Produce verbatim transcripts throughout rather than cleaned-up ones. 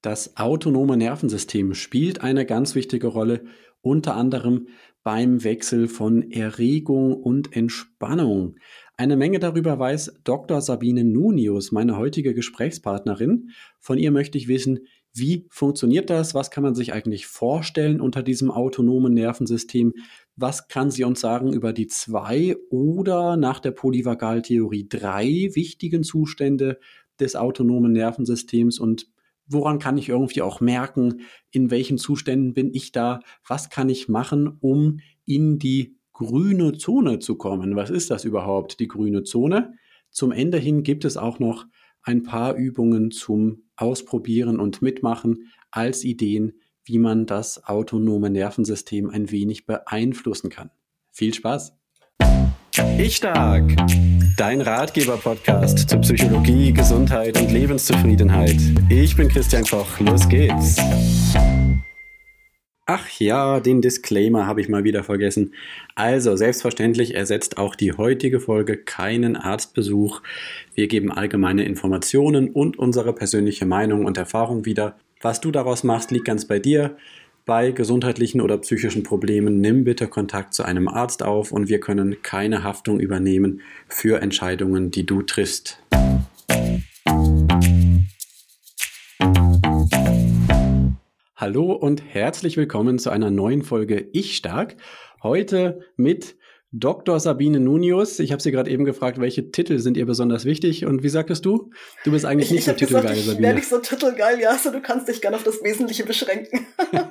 Das autonome Nervensystem spielt eine ganz wichtige Rolle, unter anderem beim Wechsel von Erregung und Entspannung. Eine Menge darüber weiß Doktor Sabine Nunius, meine heutige Gesprächspartnerin. Von ihr möchte ich wissen, wie funktioniert das? Was kann man sich eigentlich vorstellen unter diesem autonomen Nervensystem? Was kann sie uns sagen über die zwei oder nach der Polyvagaltheorie drei wichtigen Zustände des autonomen Nervensystems? Und woran kann ich irgendwie auch merken, in welchen Zuständen bin ich da? Was kann ich machen, um in die grüne Zone zu kommen? Was ist das überhaupt, die grüne Zone? Zum Ende hin gibt es auch noch ein paar Übungen zum Ausprobieren und Mitmachen als Ideen, wie man das autonome Nervensystem ein wenig beeinflussen kann. Viel Spaß! Ich Stark, dein Ratgeber-Podcast zu Psychologie, Gesundheit und Lebenszufriedenheit. Ich bin Christian Koch, los geht's! Ach ja, den Disclaimer habe ich mal wieder vergessen. Also, selbstverständlich ersetzt auch die heutige Folge keinen Arztbesuch. Wir geben allgemeine Informationen und unsere persönliche Meinung und Erfahrung wieder. Was du daraus machst, liegt ganz bei dir. Bei gesundheitlichen oder psychischen Problemen nimm bitte Kontakt zu einem Arzt auf und wir können keine Haftung übernehmen für Entscheidungen, die du triffst. Hallo und herzlich willkommen zu einer neuen Folge Ich Stark. Heute mit Doktor Sabine Nunius. Ich habe sie gerade eben gefragt, welche Titel sind ihr besonders wichtig? Und wie sagtest du? Du bist eigentlich ich, nicht ich so titelgeil, gesagt, ich Sabine. Ich wäre nicht so titelgeil, ja, also du kannst dich gerne auf das Wesentliche beschränken.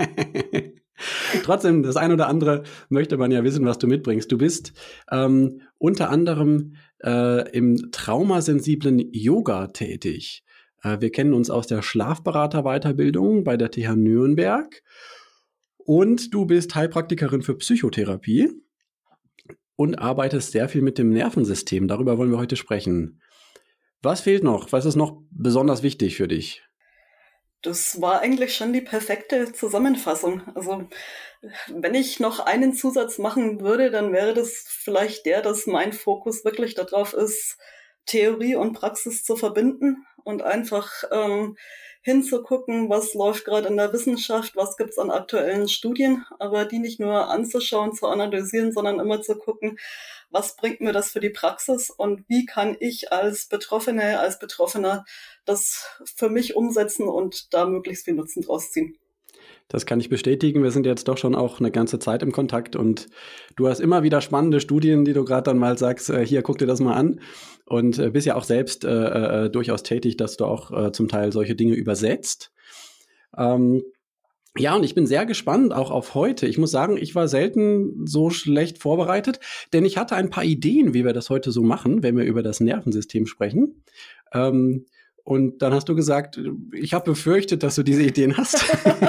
Trotzdem, das ein oder andere möchte man ja wissen, was du mitbringst. Du bist ähm, unter anderem äh, im traumasensiblen Yoga tätig. Wir kennen uns aus der Schlafberater-Weiterbildung bei der T H Nürnberg und du bist Heilpraktikerin für Psychotherapie und arbeitest sehr viel mit dem Nervensystem. Darüber wollen wir heute sprechen. Was fehlt noch? Was ist noch besonders wichtig für dich? Das war eigentlich schon die perfekte Zusammenfassung. Also wenn ich noch einen Zusatz machen würde, dann wäre das vielleicht der, dass mein Fokus wirklich darauf ist, Theorie und Praxis zu verbinden und einfach ähm, hinzugucken, was läuft gerade in der Wissenschaft, was gibt's an aktuellen Studien, aber die nicht nur anzuschauen, zu analysieren, sondern immer zu gucken, was bringt mir das für die Praxis und wie kann ich als Betroffene, als Betroffener das für mich umsetzen und da möglichst viel Nutzen draus ziehen. Das kann ich bestätigen. Wir sind jetzt doch schon auch eine ganze Zeit im Kontakt und du hast immer wieder spannende Studien, die du gerade dann mal sagst, äh, hier, guck dir das mal an und äh, bist ja auch selbst äh, äh, durchaus tätig, dass du auch äh, zum Teil solche Dinge übersetzt. Ähm, ja, und ich bin sehr gespannt auch auf heute. Ich muss sagen, ich war selten so schlecht vorbereitet, denn ich hatte ein paar Ideen, wie wir das heute so machen, wenn wir über das Nervensystem sprechen. Ähm, Und dann hast du gesagt, ich habe befürchtet, dass du diese Ideen hast.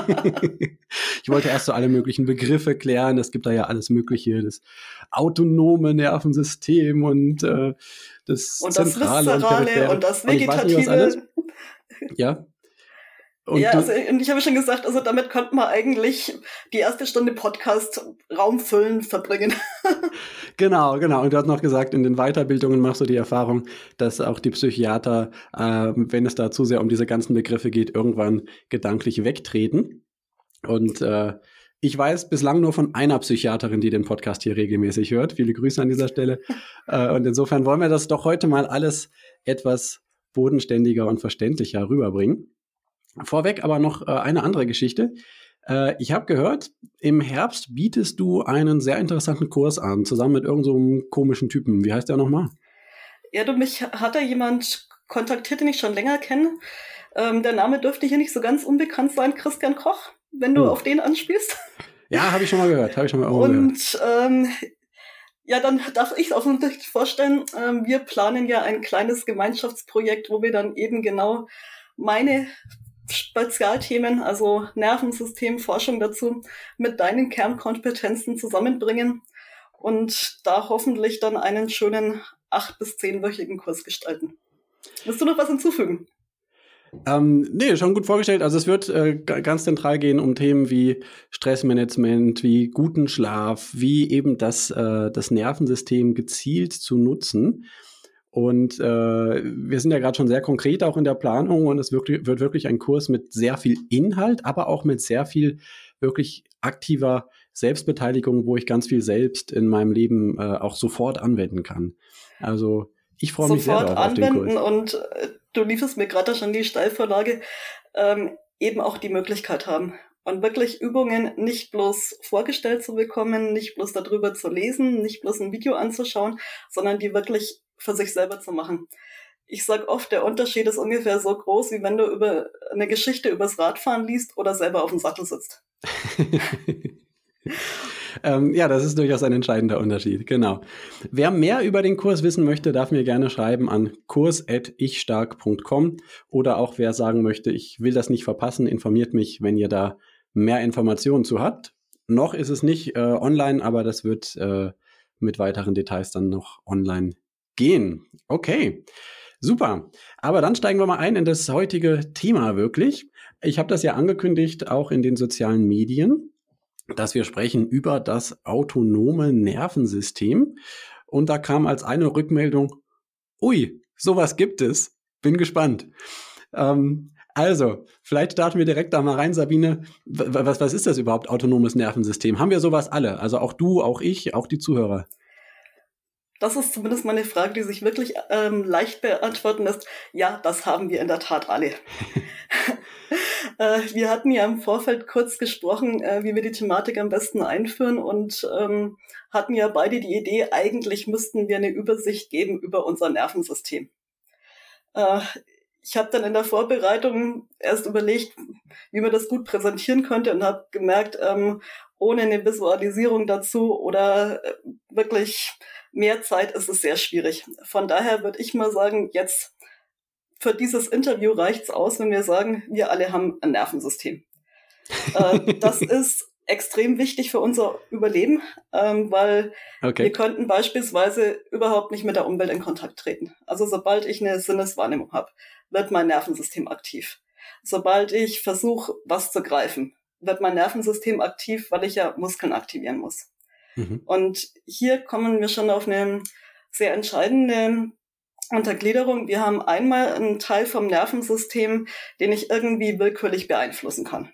Ich wollte erst so alle möglichen Begriffe klären. Es gibt da ja alles Mögliche, das autonome Nervensystem und äh, das und das zentrale Viszerale und, und das Vegetative. Und ja. Und ja, also, und ich habe schon gesagt, also damit könnte man eigentlich die erste Stunde Podcast raumfüllen verbringen. Genau, genau. Und du hast noch gesagt, in den Weiterbildungen machst du die Erfahrung, dass auch die Psychiater, äh, wenn es da zu sehr um diese ganzen Begriffe geht, irgendwann gedanklich wegtreten. Und äh, ich weiß bislang nur von einer Psychiaterin, die den Podcast hier regelmäßig hört. Viele Grüße an dieser Stelle. äh, und insofern wollen wir das doch heute mal alles etwas bodenständiger und verständlicher rüberbringen. Vorweg aber noch äh, eine andere Geschichte. Äh, ich habe gehört, im Herbst bietest du einen sehr interessanten Kurs an, zusammen mit irgendeinem so einem komischen Typen. Wie heißt der nochmal? Ja, du, mich hat da jemand kontaktiert, den ich schon länger kenne. Ähm, der Name dürfte hier nicht so ganz unbekannt sein, Christian Koch, wenn du oh. auf den anspielst. Ja, habe ich schon mal gehört, habe ich schon mal irgendwo Und, gehört. Ähm, ja, dann darf ich es offensichtlich vorstellen. Ähm, wir planen ja ein kleines Gemeinschaftsprojekt, wo wir dann eben genau meine Spezialthemen, also Nervensystem, Forschung dazu, mit deinen Kernkompetenzen zusammenbringen und da hoffentlich dann einen schönen acht- bis zehnwöchigen Kurs gestalten. Willst du noch was hinzufügen? Ähm, nee, schon gut vorgestellt. Also es wird äh, ganz zentral gehen um Themen wie Stressmanagement, wie guten Schlaf, wie eben das, äh, das Nervensystem gezielt zu nutzen. Und äh, wir sind ja gerade schon sehr konkret auch in der Planung und es wird, wird wirklich ein Kurs mit sehr viel Inhalt, aber auch mit sehr viel wirklich aktiver Selbstbeteiligung, wo ich ganz viel selbst in meinem Leben äh, auch sofort anwenden kann. Also ich freue mich sehr darauf auf den Kurs. Sofort anwenden und äh, du lieferst mir gerade schon die Steilvorlage, ähm, eben auch die Möglichkeit haben. Und wirklich Übungen nicht bloß vorgestellt zu bekommen, nicht bloß darüber zu lesen, nicht bloß ein Video anzuschauen, sondern die wirklich für sich selber zu machen. Ich sag oft, der Unterschied ist ungefähr so groß, wie wenn du über eine Geschichte übers Radfahren liest oder selber auf dem Sattel sitzt. ähm, ja, das ist durchaus ein entscheidender Unterschied, genau. Wer mehr über den Kurs wissen möchte, darf mir gerne schreiben an kurs at ichstark punkt com oder auch wer sagen möchte, ich will das nicht verpassen, informiert mich, wenn ihr da mehr Informationen zu habt. Noch ist es nicht äh, online, aber das wird äh, mit weiteren Details dann noch online gehen. Okay, super. Aber dann steigen wir mal ein in das heutige Thema wirklich. Ich habe das ja angekündigt, auch in den sozialen Medien, dass wir sprechen über das autonome Nervensystem. Und da kam als eine Rückmeldung, ui, sowas gibt es. Bin gespannt. Ähm, also, vielleicht starten wir direkt da mal rein, Sabine. Was, was ist das überhaupt, autonomes Nervensystem? Haben wir sowas alle? Also auch du, auch ich, auch die Zuhörer? Das ist zumindest mal eine Frage, die sich wirklich ähm, leicht beantworten lässt. Ja, das haben wir in der Tat alle. äh, wir hatten ja im Vorfeld kurz gesprochen, äh, wie wir die Thematik am besten einführen und ähm, hatten ja beide die Idee, eigentlich müssten wir eine Übersicht geben über unser Nervensystem. Äh, ich habe dann in der Vorbereitung erst überlegt, wie man das gut präsentieren könnte und habe gemerkt, ähm, ohne eine Visualisierung dazu oder äh, wirklich mehr Zeit ist es sehr schwierig. Von daher würde ich mal sagen, jetzt für dieses Interview reicht's aus, wenn wir sagen, wir alle haben ein Nervensystem. äh, das ist extrem wichtig für unser Überleben, ähm, weil okay. wir könnten beispielsweise überhaupt nicht mit der Umwelt in Kontakt treten. Also sobald ich eine Sinneswahrnehmung habe, wird mein Nervensystem aktiv. Sobald ich versuche, was zu greifen, wird mein Nervensystem aktiv, weil ich ja Muskeln aktivieren muss. Mhm. Und hier kommen wir schon auf eine sehr entscheidende Untergliederung. Wir haben einmal einen Teil vom Nervensystem, den ich irgendwie willkürlich beeinflussen kann.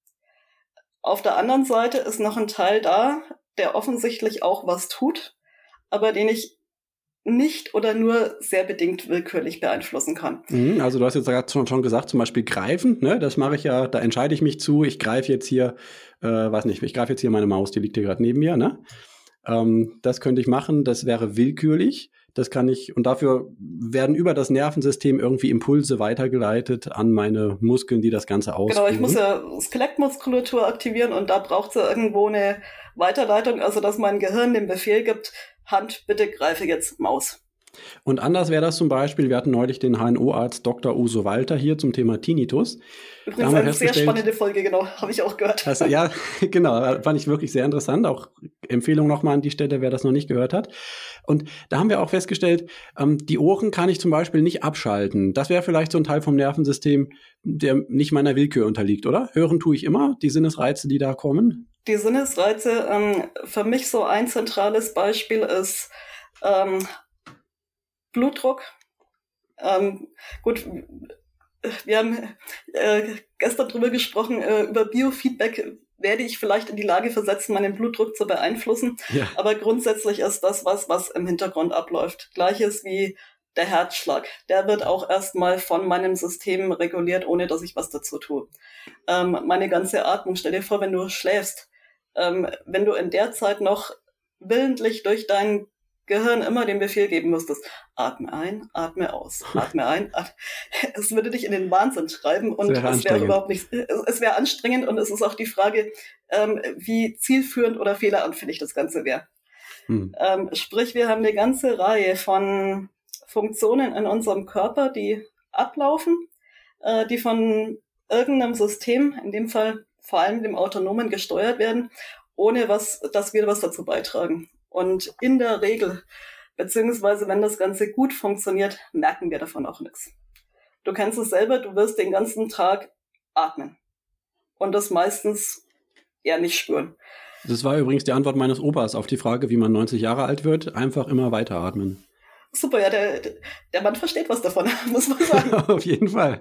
Auf der anderen Seite ist noch ein Teil da, der offensichtlich auch was tut, aber den ich nicht oder nur sehr bedingt willkürlich beeinflussen kann. Also du hast jetzt gerade schon gesagt, zum Beispiel greifen, ne? Das mache ich ja, da entscheide ich mich zu, ich greife jetzt hier, äh, weiß nicht, ich greife jetzt hier meine Maus, die liegt hier gerade neben mir, ne? Ähm, das könnte ich machen, das wäre willkürlich, das kann ich, und dafür werden über das Nervensystem irgendwie Impulse weitergeleitet an meine Muskeln, die das Ganze ausführen. Genau, ich muss ja Skelettmuskulatur aktivieren und da braucht es ja irgendwo eine Weiterleitung, also dass mein Gehirn den Befehl gibt, Hand, bitte greife jetzt Maus. Und anders wäre das zum Beispiel, wir hatten neulich den H N O-Arzt Doktor Uso Walter hier zum Thema Tinnitus. Übrigens eine sehr spannende Folge, genau, habe ich auch gehört. Also, ja, genau, fand ich wirklich sehr interessant. Auch Empfehlung nochmal an die Stelle, wer das noch nicht gehört hat. Und da haben wir auch festgestellt, ähm, die Ohren kann ich zum Beispiel nicht abschalten. Das wäre vielleicht so ein Teil vom Nervensystem, der nicht meiner Willkür unterliegt, oder? Hören tue ich immer, die Sinnesreize, die da kommen. Die Sinnesreize, ähm, für mich so ein zentrales Beispiel ist ähm, Blutdruck. Ähm, gut, wir haben äh, gestern drüber gesprochen, äh, über Biofeedback werde ich vielleicht in die Lage versetzt, meinen Blutdruck zu beeinflussen. Ja. Aber grundsätzlich ist das was, was im Hintergrund abläuft. Gleiches wie der Herzschlag. Der wird auch erstmal von meinem System reguliert, ohne dass ich was dazu tue. Ähm, meine ganze Atmung, stell dir vor, wenn du schläfst, ähm, wenn du in der Zeit noch willentlich durch dein Gehirn immer den Befehl geben müsstest, atme ein, atme aus, atme ein, atme. Es würde dich in den Wahnsinn treiben und es wäre überhaupt nicht, es wäre anstrengend und es ist auch die Frage, ähm, wie zielführend oder fehleranfällig das Ganze wäre. Hm. Ähm, sprich, wir haben eine ganze Reihe von Funktionen in unserem Körper, die ablaufen, äh, die von irgendeinem System, in dem Fall vor allem dem Autonomen, gesteuert werden, ohne was, dass wir was dazu beitragen. Und in der Regel, beziehungsweise wenn das Ganze gut funktioniert, merken wir davon auch nichts. Du kennst es selber, du wirst den ganzen Tag atmen. Und das meistens eher nicht spüren. Das war übrigens die Antwort meines Opas auf die Frage, wie man neunzig Jahre alt wird. Einfach immer weiter atmen. super, ja, der, der Mann versteht was davon, muss man sagen. Auf jeden Fall.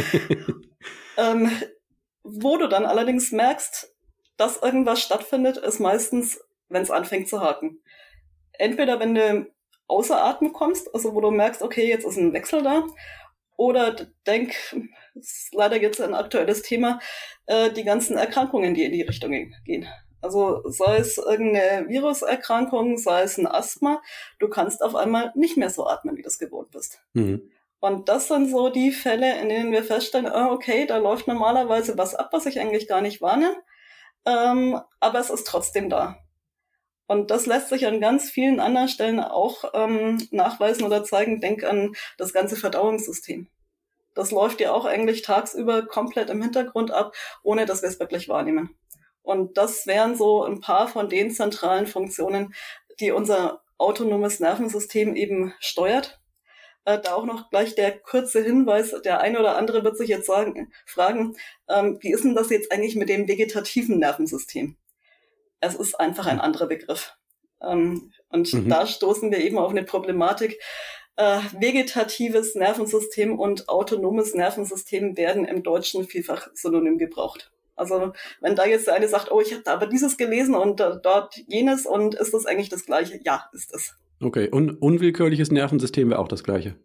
ähm, wo du dann allerdings merkst, dass irgendwas stattfindet, ist meistens, wenn es anfängt zu haken. Entweder wenn du außer Atem kommst, also wo du merkst, okay, jetzt ist ein Wechsel da, oder denk, das ist leider jetzt ein aktuelles Thema, äh, die ganzen Erkrankungen, die in die Richtung gehen. Also sei es irgendeine Viruserkrankung, sei es ein Asthma, du kannst auf einmal nicht mehr so atmen, wie du es gewohnt bist. Mhm. Und das sind so die Fälle, in denen wir feststellen, oh, okay, da läuft normalerweise was ab, was ich eigentlich gar nicht wahrnehme, ähm, aber es ist trotzdem da. Und das lässt sich an ganz vielen anderen Stellen auch ähm, nachweisen oder zeigen. Denk an das ganze Verdauungssystem. Das läuft ja auch eigentlich tagsüber komplett im Hintergrund ab, ohne dass wir es wirklich wahrnehmen. Und das wären so ein paar von den zentralen Funktionen, die unser autonomes Nervensystem eben steuert. Äh, da auch noch gleich der kurze Hinweis, der eine oder andere wird sich jetzt sagen, fragen, ähm, wie ist denn das jetzt eigentlich mit dem vegetativen Nervensystem? Es ist einfach ein anderer Begriff. Ähm, und mhm. da stoßen wir eben auf eine Problematik. Äh, vegetatives Nervensystem und autonomes Nervensystem werden im Deutschen vielfach synonym gebraucht. Also wenn da jetzt der eine sagt, oh, ich habe da aber dieses gelesen und äh, dort jenes und ist das eigentlich das Gleiche? Ja, ist es. Okay, und unwillkürliches Nervensystem wäre auch das Gleiche?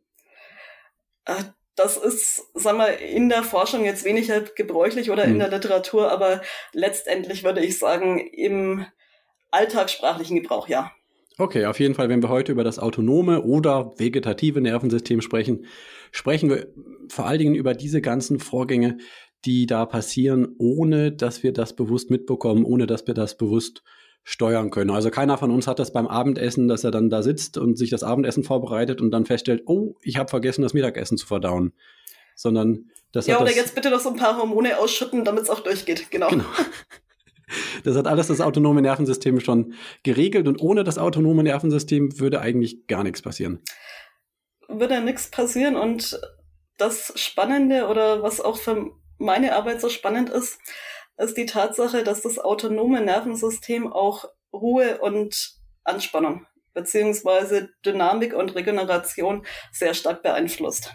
Äh, Das ist, sagen wir, in der Forschung jetzt weniger gebräuchlich oder in hm. der Literatur, aber letztendlich würde ich sagen, im alltagssprachlichen Gebrauch, ja. Okay, auf jeden Fall, wenn wir heute über das autonome oder vegetative Nervensystem sprechen, sprechen wir vor allen Dingen über diese ganzen Vorgänge, die da passieren, ohne dass wir das bewusst mitbekommen, ohne dass wir das bewusst steuern können. Also keiner von uns hat das beim Abendessen, dass er dann da sitzt und sich das Abendessen vorbereitet und dann feststellt, oh, ich habe vergessen, das Mittagessen zu verdauen. Sondern das ja, hat oder das, jetzt bitte noch so ein paar Hormone ausschütten, damit es auch durchgeht. Genau. genau. Das hat alles das autonome Nervensystem schon geregelt und ohne das autonome Nervensystem würde eigentlich gar nichts passieren. Würde nichts passieren und das Spannende oder was auch für meine Arbeit so spannend ist, ist die Tatsache, dass das autonome Nervensystem auch Ruhe und Anspannung beziehungsweise Dynamik und Regeneration sehr stark beeinflusst.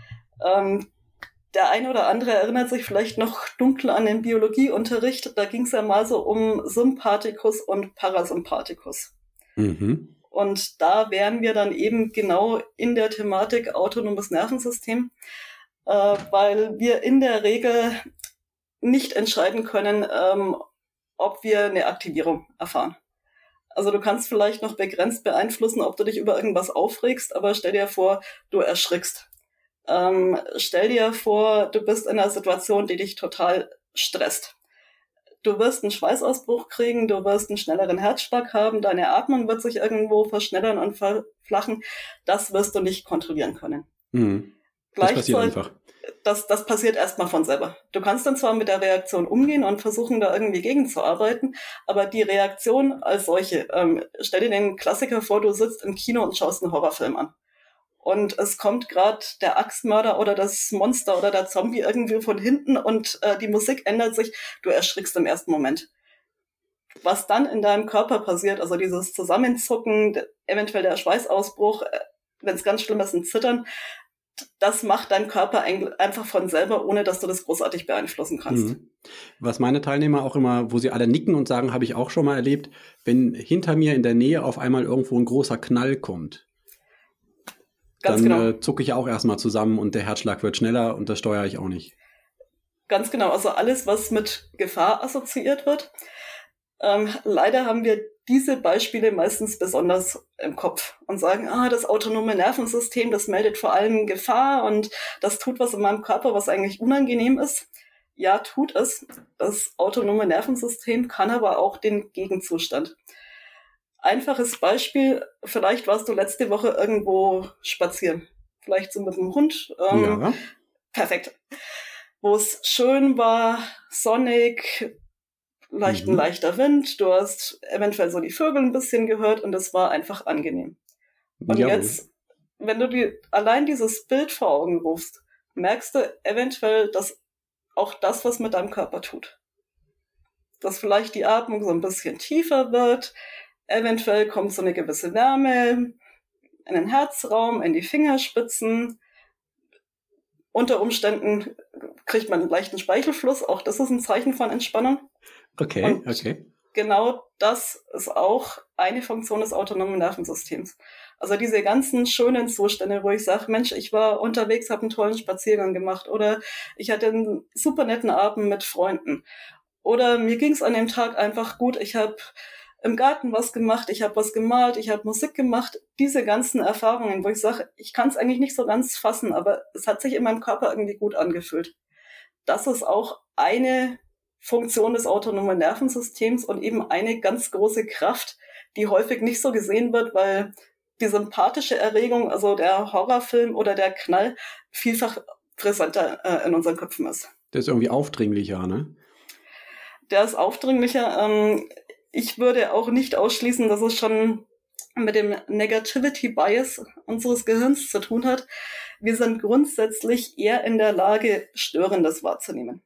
Ähm, der eine oder andere erinnert sich vielleicht noch dunkel an den Biologieunterricht. Da ging es ja mal so um Sympathikus und Parasympathikus. Mhm. Und da wären wir dann eben genau in der Thematik autonomes Nervensystem, äh, weil wir in der Regel nicht entscheiden können, ähm, ob wir eine Aktivierung erfahren. Also du kannst vielleicht noch begrenzt beeinflussen, ob du dich über irgendwas aufregst, aber stell dir vor, du erschrickst. Ähm, stell dir vor, du bist in einer Situation, die dich total stresst. Du wirst einen Schweißausbruch kriegen, du wirst einen schnelleren Herzschlag haben, deine Atmung wird sich irgendwo verschnellern und verflachen. Das wirst du nicht kontrollieren können. Mhm. Das passiert einfach. Das, das passiert erstmal von selber. Du kannst dann zwar mit der Reaktion umgehen und versuchen, da irgendwie gegenzuarbeiten, aber die Reaktion als solche, ähm, stell dir den Klassiker vor, du sitzt im Kino und schaust einen Horrorfilm an. Und es kommt gerade der Axtmörder oder das Monster oder der Zombie irgendwie von hinten und äh, die Musik ändert sich, du erschrickst im ersten Moment. Was dann in deinem Körper passiert, also dieses Zusammenzucken, eventuell der Schweißausbruch, äh, wenn es ganz schlimm ist, ein Zittern, das macht dein Körper einfach von selber, ohne dass du das großartig beeinflussen kannst. Mhm. Was meine Teilnehmer auch immer, wo sie alle nicken und sagen, habe ich auch schon mal erlebt, wenn hinter mir in der Nähe auf einmal irgendwo ein großer Knall kommt, Ganz dann genau. äh, zucke ich auch erstmal zusammen und der Herzschlag wird schneller und das steuere ich auch nicht. Ganz genau, also alles, was mit Gefahr assoziiert wird. Ähm, leider haben wir diese Beispiele meistens besonders im Kopf und sagen, ah, das autonome Nervensystem, das meldet vor allem Gefahr und das tut was in meinem Körper, was eigentlich unangenehm ist. Ja, tut es. Das autonome Nervensystem kann aber auch den Gegenzustand. Einfaches Beispiel, vielleicht warst du letzte Woche irgendwo spazieren. Vielleicht so mit dem Hund. Ähm, ja. Perfekt. Wo es schön war, sonnig, leicht mhm. ein leichter Wind, du hast eventuell so die Vögel ein bisschen gehört und es war einfach angenehm. Und Jawohl. Jetzt, wenn du dir allein dieses Bild vor Augen rufst, merkst du eventuell, dass auch das, was mit deinem Körper tut. Dass vielleicht die Atmung so ein bisschen tiefer wird, eventuell kommt so eine gewisse Wärme, in den Herzraum, in die Fingerspitzen. Unter Umständen kriegt man einen leichten Speichelfluss. Auch das ist ein Zeichen von Entspannung. Okay, Und okay. genau das ist auch eine Funktion des autonomen Nervensystems. Also diese ganzen schönen Zustände, wo ich sage, Mensch, ich war unterwegs, habe einen tollen Spaziergang gemacht oder ich hatte einen super netten Abend mit Freunden oder mir ging es an dem Tag einfach gut, ich habe im Garten was gemacht, ich habe was gemalt, ich habe Musik gemacht. Diese ganzen Erfahrungen, wo ich sage, ich kann es eigentlich nicht so ganz fassen, aber es hat sich in meinem Körper irgendwie gut angefühlt. Das ist auch eine Funktion des autonomen Nervensystems und eben eine ganz große Kraft, die häufig nicht so gesehen wird, weil die sympathische Erregung, also der Horrorfilm oder der Knall, vielfach präsenter äh, in unseren Köpfen ist. Der ist irgendwie aufdringlicher, ne? Der ist aufdringlicher. Ähm, ich würde auch nicht ausschließen, dass es schon mit dem Negativity Bias unseres Gehirns zu tun hat. Wir sind grundsätzlich eher in der Lage, Störendes wahrzunehmen.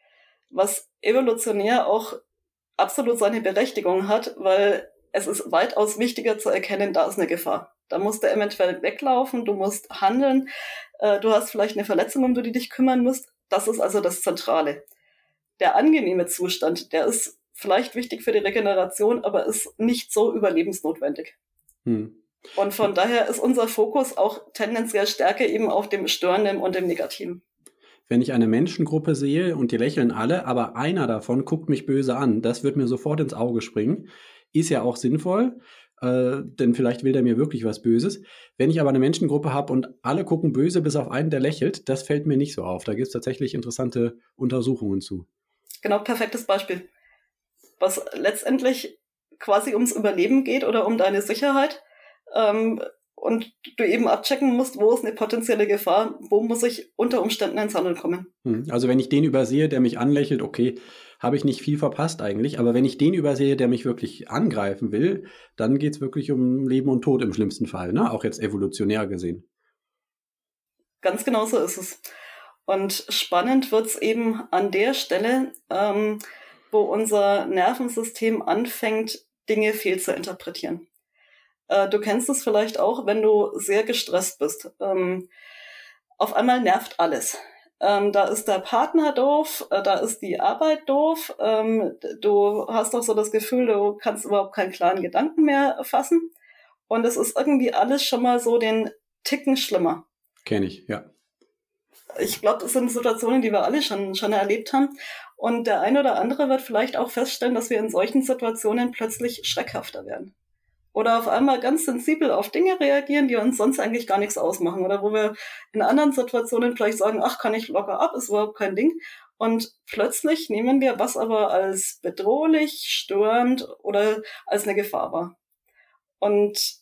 Was evolutionär auch absolut seine Berechtigung hat, weil es ist weitaus wichtiger zu erkennen, da ist eine Gefahr. Da musst du eventuell weglaufen, du musst handeln, äh, du hast vielleicht eine Verletzung, um die du dich kümmern musst. Das ist also das Zentrale. Der angenehme Zustand, der ist vielleicht wichtig für die Regeneration, aber ist nicht so überlebensnotwendig. Hm. Und von daher ist unser Fokus auch tendenziell stärker eben auf dem Störenden und dem Negativen. Wenn ich eine Menschengruppe sehe und die lächeln alle, aber einer davon guckt mich böse an, das wird mir sofort ins Auge springen. Ist ja auch sinnvoll, äh, denn vielleicht will der mir wirklich was Böses. Wenn ich aber eine Menschengruppe habe und alle gucken böse, bis auf einen, der lächelt, das fällt mir nicht so auf. Da gibt es tatsächlich interessante Untersuchungen zu. Genau, perfektes Beispiel. Was letztendlich quasi ums Überleben geht oder um deine Sicherheit. Ähm, und du eben abchecken musst, wo ist eine potenzielle Gefahr, wo muss ich unter Umständen ins Handeln kommen. Also wenn ich den übersehe, der mich anlächelt, okay, habe ich nicht viel verpasst eigentlich, aber wenn ich den übersehe, der mich wirklich angreifen will, dann geht es wirklich um Leben und Tod im schlimmsten Fall, ne? Auch jetzt evolutionär gesehen. Ganz genau so ist es. Und spannend wird es eben an der Stelle, ähm, wo unser Nervensystem anfängt, Dinge fehlzuinterpretieren. Äh, du kennst es vielleicht auch, wenn du sehr gestresst bist. Ähm, auf einmal nervt alles. Ähm, da ist der Partner doof, äh, da ist die Arbeit doof, ähm, du hast doch so das Gefühl, du kannst überhaupt keinen klaren Gedanken mehr fassen. Und es ist irgendwie alles schon mal so den Ticken schlimmer. Kenn ich, ja. Ich glaube, das sind Situationen, die wir alle schon, schon erlebt haben. Und der eine oder andere wird vielleicht auch feststellen, dass wir in solchen Situationen plötzlich schreckhafter werden. Oder auf einmal ganz sensibel auf Dinge reagieren, die uns sonst eigentlich gar nichts ausmachen. Oder wo wir in anderen Situationen vielleicht sagen, ach, kann ich locker ab, ist überhaupt kein Ding. Und plötzlich nehmen wir was aber als bedrohlich, störend oder als eine Gefahr wahr. Und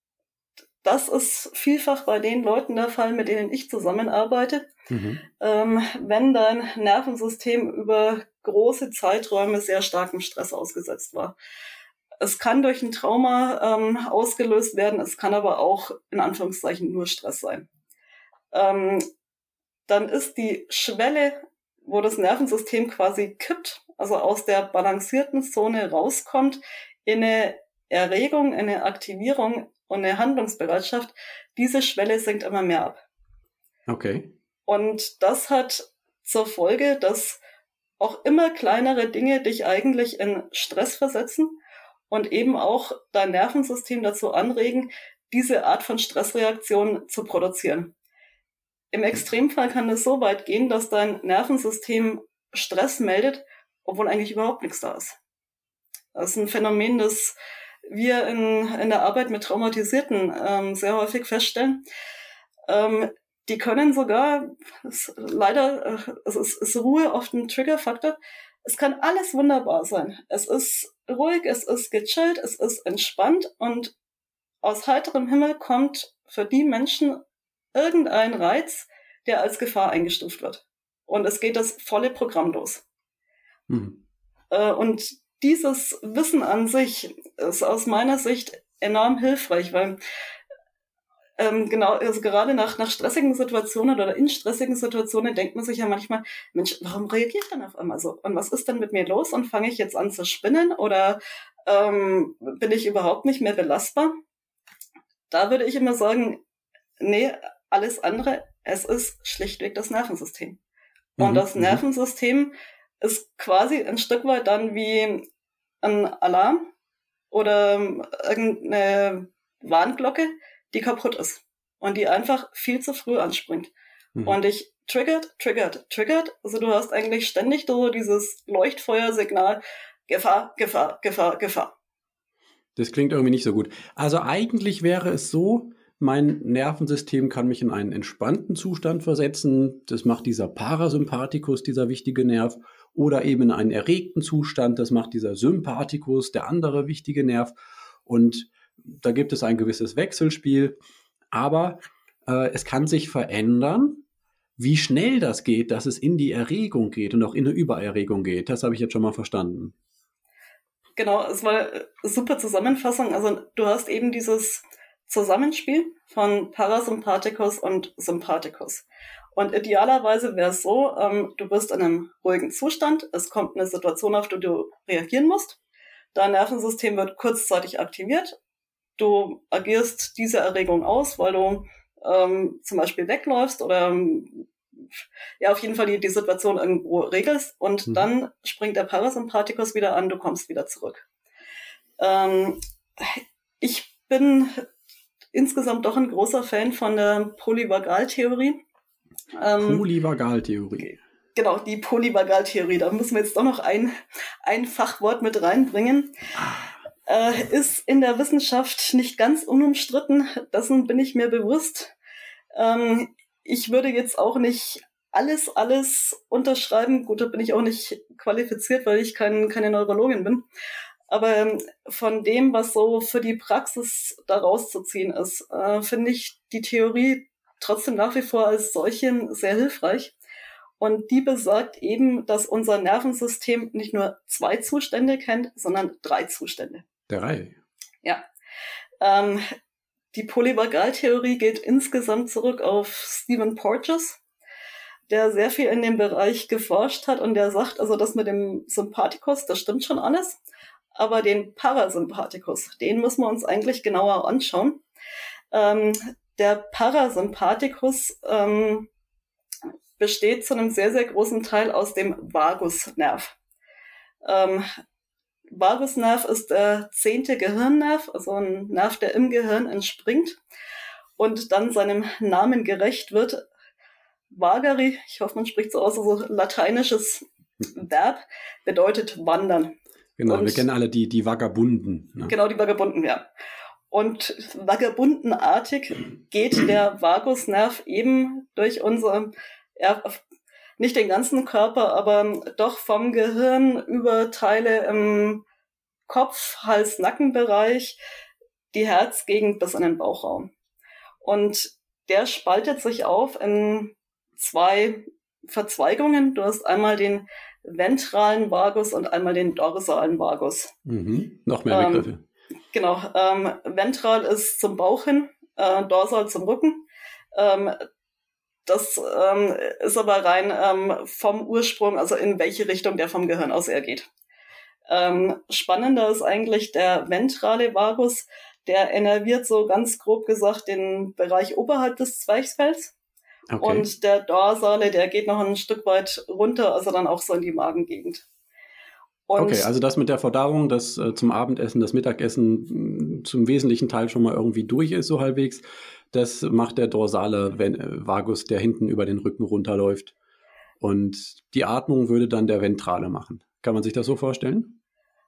das ist vielfach bei den Leuten der Fall, mit denen ich zusammenarbeite. Mhm. Ähm, wenn dein Nervensystem über große Zeiträume sehr starkem Stress ausgesetzt war. Es kann durch ein Trauma ähm, ausgelöst werden, es kann aber auch in Anführungszeichen nur Stress sein. Ähm, dann ist die Schwelle, wo das Nervensystem quasi kippt, also aus der balancierten Zone rauskommt, in eine Erregung, in eine Aktivierung und eine Handlungsbereitschaft, diese Schwelle sinkt immer mehr ab. Okay. Und das hat zur Folge, dass auch immer kleinere Dinge dich eigentlich in Stress versetzen und eben auch dein Nervensystem dazu anregen, diese Art von Stressreaktion zu produzieren. Im Extremfall kann es so weit gehen, dass dein Nervensystem Stress meldet, obwohl eigentlich überhaupt nichts da ist. Das ist ein Phänomen, das wir in, in der Arbeit mit Traumatisierten ähm, sehr häufig feststellen. Ähm, die können sogar, es, leider, äh, es ist, ist Ruhe oft ein Triggerfaktor. Es kann alles wunderbar sein. Es ist ruhig, es ist gechillt, es ist entspannt und aus heiterem Himmel kommt für die Menschen irgendein Reiz, der als Gefahr eingestuft wird. Und es geht das volle Programm los. Mhm. Äh, und dieses Wissen an sich ist aus meiner Sicht enorm hilfreich, weil ähm, genau, also gerade nach, nach stressigen Situationen oder in stressigen Situationen denkt man sich ja manchmal, Mensch, warum reagiere ich dann auf einmal so? Und was ist denn mit mir los? Und fange ich jetzt an zu spinnen oder ähm, bin ich überhaupt nicht mehr belastbar? da würde ich immer sagen, nee, alles andere, es ist schlichtweg das Nervensystem. Und mhm, das Nervensystem ist quasi ein Stück weit dann wie ein Alarm oder irgendeine Warnglocke, die kaputt ist und die einfach viel zu früh anspringt. Mhm. Und dich triggert, triggert, triggert. Also du hast eigentlich ständig so dieses Leuchtfeuersignal, Gefahr, Gefahr, Gefahr, Gefahr. Das klingt irgendwie nicht so gut. Also eigentlich wäre es so, mein Nervensystem kann mich in einen entspannten Zustand versetzen. Das macht dieser Parasympathikus, dieser wichtige Nerv. Oder eben in einen erregten Zustand. Das macht dieser Sympathikus, der andere wichtige Nerv. Und da gibt es ein gewisses Wechselspiel. Aber äh, es kann sich verändern, wie schnell das geht, dass es in die Erregung geht und auch in eine Übererregung geht. Das habe ich jetzt schon mal verstanden. Genau, es war eine super Zusammenfassung. Also du hast eben dieses Zusammenspiel von Parasympathikus und Sympathikus. Und idealerweise wäre es so, ähm, du bist in einem ruhigen Zustand, es kommt eine Situation, auf die du reagieren musst, dein Nervensystem wird kurzzeitig aktiviert, du agierst diese Erregung aus, weil du ähm, zum Beispiel wegläufst oder ähm, ja auf jeden Fall die, die Situation irgendwo regelst und mhm. dann springt der Parasympathikus wieder an, du kommst wieder zurück. Ähm, ich bin insgesamt doch ein großer Fan von der Polyvagaltheorie. Ähm, Polyvagaltheorie. Genau, die Polyvagaltheorie. Da müssen wir jetzt doch noch ein, ein Fachwort mit reinbringen. Äh, ist in der Wissenschaft nicht ganz unumstritten. Dessen bin ich mir bewusst. Ähm, ich würde jetzt auch nicht alles, alles unterschreiben. Gut, da bin ich auch nicht qualifiziert, weil ich kein, keine Neurologin bin. Aber ähm, von dem, was so für die Praxis da rauszuziehen ist, äh, finde ich die Theorie trotzdem nach wie vor als solche sehr hilfreich. Und die besagt eben, dass unser Nervensystem nicht nur zwei Zustände kennt, sondern drei Zustände. Drei? Ja. Ähm, die Polyvagaltheorie geht insgesamt zurück auf Stephen Porges, der sehr viel in dem Bereich geforscht hat und der sagt, also das mit dem Sympathikus, das stimmt schon alles, aber den Parasympathikus, den müssen wir uns eigentlich genauer anschauen. Ähm, Der Parasympathikus ähm, besteht zu einem sehr, sehr großen Teil aus dem Vagusnerv. Ähm, Vagusnerv ist der zehnte Gehirnnerv, also ein Nerv, der im Gehirn entspringt und dann seinem Namen gerecht wird. Vagari, ich hoffe, man spricht so aus, also lateinisches Verb, bedeutet wandern. Genau, und, wir kennen alle die, die Vagabunden. Ne? Genau, die Vagabunden, ja. Und vagabundenartig geht der Vagusnerv eben durch unser, ja, nicht den ganzen Körper, aber doch vom Gehirn über Teile im Kopf, Hals-Nackenbereich, die Herzgegend bis in den Bauchraum. Und der spaltet sich auf in zwei Verzweigungen. Du hast einmal den ventralen Vagus und einmal den dorsalen Vagus. Mhm. Noch mehr Begriffe. Ähm, Genau, ähm, ventral ist zum Bauch hin, äh, dorsal zum Rücken. Ähm, das ähm, ist aber rein ähm, vom Ursprung, also in welche Richtung der vom Gehirn aus ergeht. Ähm, spannender ist eigentlich der ventrale Vagus, der innerviert so ganz grob gesagt den Bereich oberhalb des Zwerchfells. Okay. Und der dorsale, der geht noch ein Stück weit runter, also dann auch so in die Magengegend. Und okay, also das mit der Verdauung, das äh, zum Abendessen, das Mittagessen mh, zum wesentlichen Teil schon mal irgendwie durch ist, so halbwegs, das macht der dorsale Vagus, der hinten über den Rücken runterläuft. Und die Atmung würde dann der ventrale machen. Kann man sich das so vorstellen?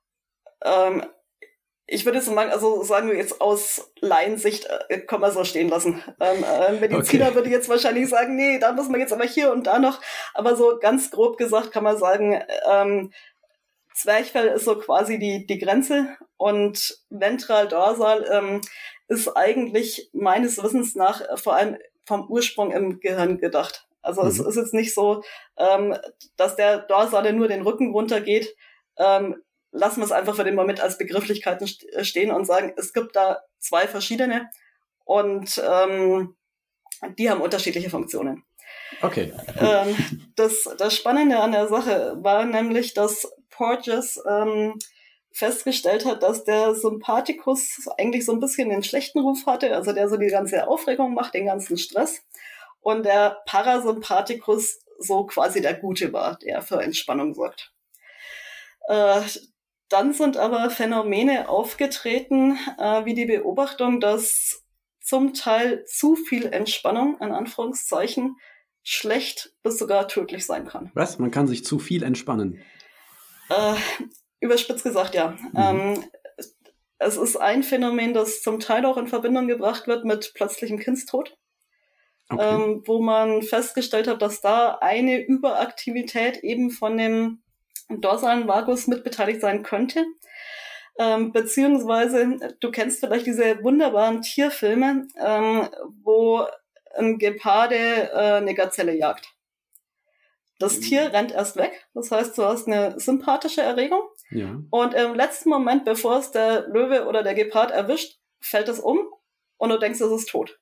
Ähm, ich würde jetzt mal, also sagen wir jetzt aus Laiensicht, äh, kann man so stehen lassen. Ähm, äh, Mediziner okay. würde jetzt wahrscheinlich sagen, nee, da muss man jetzt aber hier und da noch. Aber so ganz grob gesagt kann man sagen, ähm, Zwerchfell ist so quasi die, die Grenze und ventral-dorsal ähm, ist eigentlich meines Wissens nach vor allem vom Ursprung im Gehirn gedacht. Also mhm. es ist jetzt nicht so, ähm, dass der Dorsale nur den Rücken runtergeht. Ähm, lassen wir es einfach für den Moment als Begrifflichkeiten st- stehen und sagen, es gibt da zwei verschiedene und ähm, die haben unterschiedliche Funktionen. Okay. Ähm, das, das Spannende an der Sache war nämlich, dass Porges ähm, festgestellt hat, dass der Sympathikus eigentlich so ein bisschen den schlechten Ruf hatte, also der so die ganze Aufregung macht, den ganzen Stress. Und der Parasympathikus so quasi der Gute war, der für Entspannung sorgt. Äh, dann sind aber Phänomene aufgetreten, äh, wie die Beobachtung, dass zum Teil zu viel Entspannung, in Anführungszeichen, schlecht bis sogar tödlich sein kann. Was? Man kann sich zu viel entspannen? Äh, überspitzt gesagt, ja. Mhm. Ähm, es ist ein Phänomen, das zum Teil auch in Verbindung gebracht wird mit plötzlichem Kindstod. Okay. Ähm, wo man festgestellt hat, dass da eine Überaktivität eben von dem dorsalen Vagus mitbeteiligt sein könnte. Ähm, beziehungsweise, du kennst vielleicht diese wunderbaren Tierfilme, ähm, wo ein Geparde äh, eine Gazelle jagt. Das mhm. Tier rennt erst weg, das heißt, du hast eine sympathische Erregung. Ja. Und im letzten Moment, bevor es der Löwe oder der Gepard erwischt, fällt es um und du denkst, es ist tot.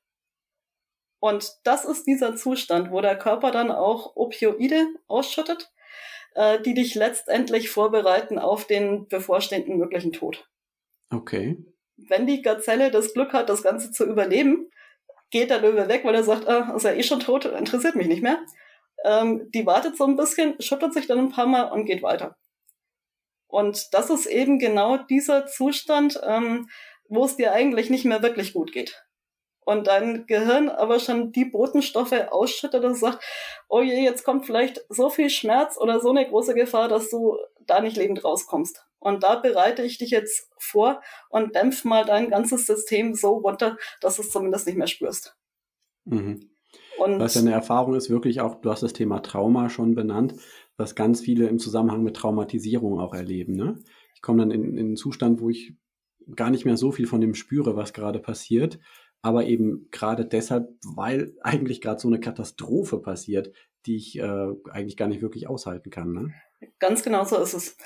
Und das ist dieser Zustand, wo der Körper dann auch Opioide ausschüttet, äh, die dich letztendlich vorbereiten auf den bevorstehenden möglichen Tod. Okay. Wenn die Gazelle das Glück hat, das Ganze zu überleben, geht der Löwe weg, weil er sagt, ah, ist ja eh schon tot, interessiert mich nicht mehr. Ähm, die wartet so ein bisschen, schüttelt sich dann ein paar Mal und geht weiter. Und das ist eben genau dieser Zustand, ähm, wo es dir eigentlich nicht mehr wirklich gut geht. Und dein Gehirn aber schon die Botenstoffe ausschüttet und sagt, oh je, jetzt kommt vielleicht so viel Schmerz oder so eine große Gefahr, dass du da nicht lebend rauskommst. Und da bereite ich dich jetzt vor und dämpf mal dein ganzes System so runter, dass du es zumindest nicht mehr spürst. Mhm. Und was ja eine Erfahrung ist, wirklich auch, du hast das Thema Trauma schon benannt, was ganz viele im Zusammenhang mit Traumatisierung auch erleben. Ne? Ich komme dann in, in einen Zustand, wo ich gar nicht mehr so viel von dem spüre, was gerade passiert, aber eben gerade deshalb, weil eigentlich gerade so eine Katastrophe passiert, die ich äh, eigentlich gar nicht wirklich aushalten kann. Ne? Ganz genau so ist es.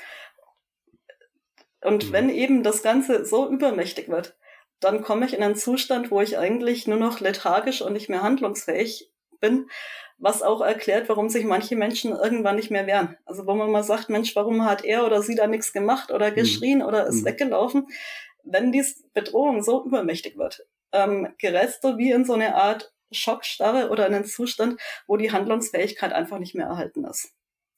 Und mhm. wenn eben das Ganze so übermächtig wird, dann komme ich in einen Zustand, wo ich eigentlich nur noch lethargisch und nicht mehr handlungsfähig bin, was auch erklärt, warum sich manche Menschen irgendwann nicht mehr wehren. Also wo man mal sagt, Mensch, warum hat er oder sie da nichts gemacht oder geschrien mhm. oder ist mhm. weggelaufen? Wenn die Bedrohung so übermächtig wird, ähm, gerätst du wie in so eine Art Schockstarre oder in einen Zustand, wo die Handlungsfähigkeit einfach nicht mehr erhalten ist.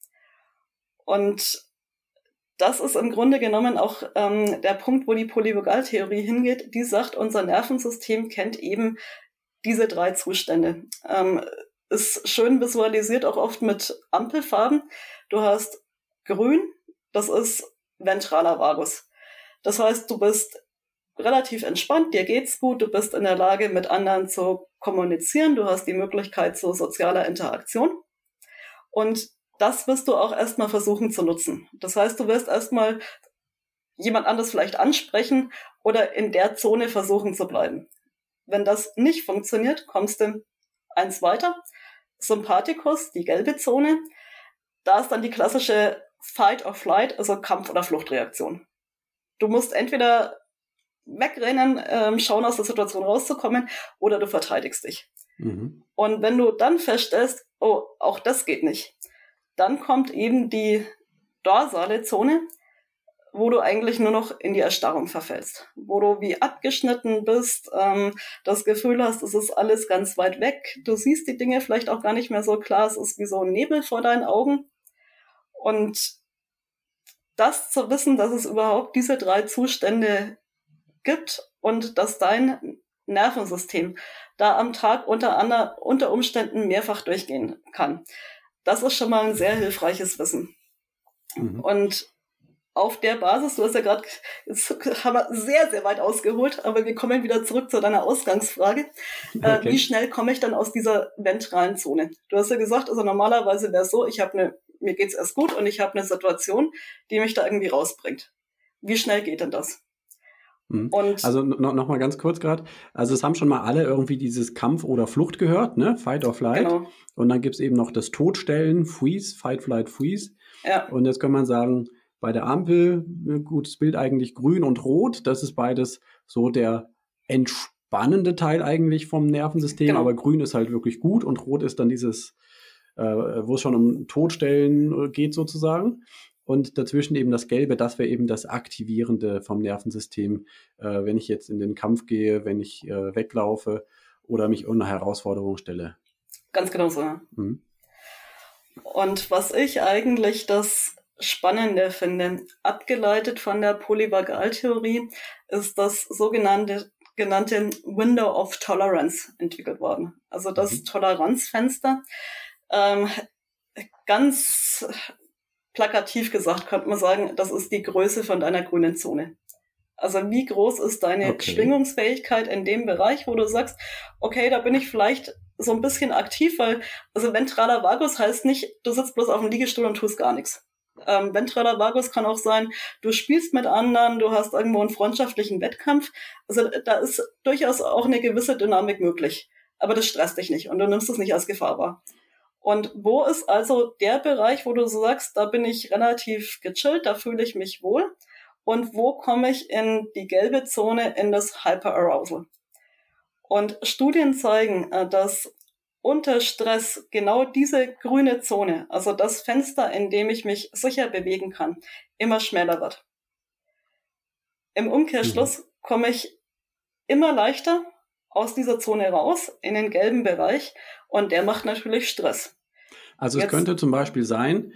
Und das ist im Grunde genommen auch ähm, der Punkt, wo die Polyvagaltheorie hingeht. Die sagt, unser Nervensystem kennt eben diese drei Zustände. Ähm, ist schön visualisiert, auch oft mit Ampelfarben. Du hast grün, das ist ventraler Vagus. Das heißt, du bist relativ entspannt, dir geht's gut, du bist in der Lage, mit anderen zu kommunizieren, du hast die Möglichkeit zu sozialer Interaktion und das wirst du auch erstmal versuchen zu nutzen. Das heißt, du wirst erstmal jemand anderes vielleicht ansprechen oder in der Zone versuchen zu bleiben. Wenn das nicht funktioniert, kommst du eins weiter. Sympathikus, die gelbe Zone, da ist dann die klassische Fight or Flight, also Kampf- oder Fluchtreaktion. Du musst entweder wegrennen, ähm, schauen, aus der Situation rauszukommen, oder du verteidigst dich. Mhm. Und wenn du dann feststellst, oh, auch das geht nicht, dann kommt eben die dorsale Zone, wo du eigentlich nur noch in die Erstarrung verfällst, wo du wie abgeschnitten bist, ähm, das Gefühl hast, es ist alles ganz weit weg, du siehst die Dinge vielleicht auch gar nicht mehr so klar, es ist wie so ein Nebel vor deinen Augen. Und das zu wissen, dass es überhaupt diese drei Zustände gibt und dass dein Nervensystem da am Tag unter, ander, unter Umständen mehrfach durchgehen kann, das ist schon mal ein sehr hilfreiches Wissen. Mhm. Und auf der Basis, du hast ja gerade, jetzt haben wir sehr, sehr weit ausgeholt, aber wir kommen wieder zurück zu deiner Ausgangsfrage. Okay. Äh, wie schnell komme ich dann aus dieser ventralen Zone? Du hast ja gesagt, also normalerweise wäre es so, ich habe eine, mir geht's erst gut und ich habe eine Situation, die mich da irgendwie rausbringt. Wie schnell geht denn das? Mhm. Und also no, noch mal ganz kurz gerade, also es haben schon mal alle irgendwie dieses Kampf oder Flucht gehört, ne? Fight or Flight. Genau. Und dann gibt's eben noch das Todstellen, Freeze, Fight, Flight, Freeze. Ja. Und jetzt kann man sagen, bei der Ampel, gutes Bild eigentlich grün und rot, das ist beides so der entspannende Teil eigentlich vom Nervensystem, genau. Aber grün ist halt wirklich gut und rot ist dann dieses, äh, wo es schon um Todstellen geht sozusagen. und dazwischen eben das Gelbe, das wäre eben das Aktivierende vom Nervensystem, äh, wenn ich jetzt in den Kampf gehe, wenn ich äh, weglaufe oder mich irgendeiner Herausforderung stelle. Ganz genau so. Mhm. Und was ich eigentlich das Spannende finde, abgeleitet von der Polyvagaltheorie, ist das sogenannte genannte Window of Tolerance entwickelt worden. Also das mhm. Toleranzfenster. Ähm, ganz plakativ gesagt könnte man sagen, das ist die Größe von deiner grünen Zone. Also wie groß ist deine okay. Schwingungsfähigkeit in dem Bereich, wo du sagst, okay, da bin ich vielleicht so ein bisschen aktiv, weil also ventraler Vagus heißt nicht, du sitzt bloß auf dem Liegestuhl und tust gar nichts. Ähm, ventraler Vagus kann auch sein, du spielst mit anderen, du hast irgendwo einen freundschaftlichen Wettkampf. Also da ist durchaus auch eine gewisse Dynamik möglich. Aber das stresst dich nicht und du nimmst es nicht als Gefahr wahr. Und wo ist also der Bereich, wo du so sagst, da bin ich relativ gechillt, da fühle ich mich wohl? Und wo komme ich in die gelbe Zone, in das Hyperarousal? Und Studien zeigen, dass unter Stress genau diese grüne Zone, also das Fenster, in dem ich mich sicher bewegen kann, immer schmäler wird. Im Umkehrschluss mhm. komme ich immer leichter aus dieser Zone raus in den gelben Bereich und der macht natürlich Stress. Also Jetzt, es könnte zum Beispiel sein,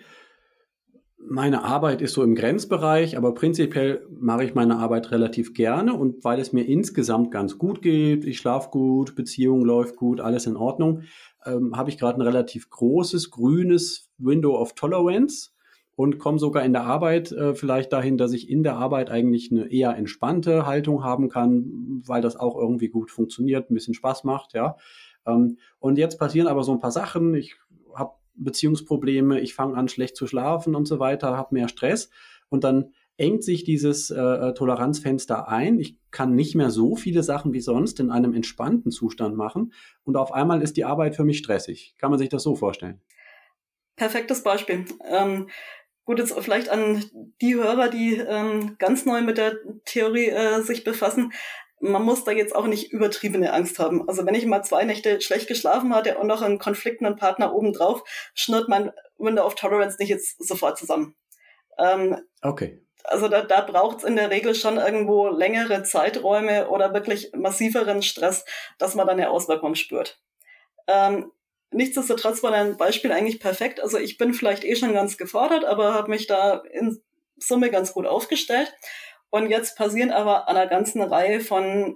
meine Arbeit ist so im Grenzbereich, aber prinzipiell mache ich meine Arbeit relativ gerne und weil es mir insgesamt ganz gut geht, ich schlafe gut, Beziehung läuft gut, alles in Ordnung, ähm, habe ich gerade ein relativ großes, grünes Window of Tolerance und komme sogar in der Arbeit äh, vielleicht dahin, dass ich in der Arbeit eigentlich eine eher entspannte Haltung haben kann, weil das auch irgendwie gut funktioniert, ein bisschen Spaß macht, ja. Ähm, und jetzt passieren aber so ein paar Sachen, ich habe Beziehungsprobleme, ich fange an schlecht zu schlafen und so weiter, habe mehr Stress und dann engt sich dieses äh, Toleranzfenster ein. Ich kann nicht mehr so viele Sachen wie sonst in einem entspannten Zustand machen und auf einmal ist die Arbeit für mich stressig. Kann man sich das so vorstellen? Perfektes Beispiel. Ähm, gut, jetzt vielleicht an die Hörer, die ähm, ganz neu mit der Theorie äh, sich befassen. Man muss da jetzt auch nicht übertriebene Angst haben. Also wenn ich mal zwei Nächte schlecht geschlafen hatte und noch einen konfliktenden Partner obendrauf, schnurrt mein Window of Tolerance nicht jetzt sofort zusammen. Ähm, okay. Also da, da braucht es in der Regel schon irgendwo längere Zeiträume oder wirklich massiveren Stress, dass man dann eine Auswirkung spürt. Ähm, nichtsdestotrotz war dein Beispiel eigentlich perfekt. Also ich bin vielleicht eh schon ganz gefordert, aber habe mich da in Summe ganz gut aufgestellt. Und jetzt passieren aber an einer ganzen Reihe von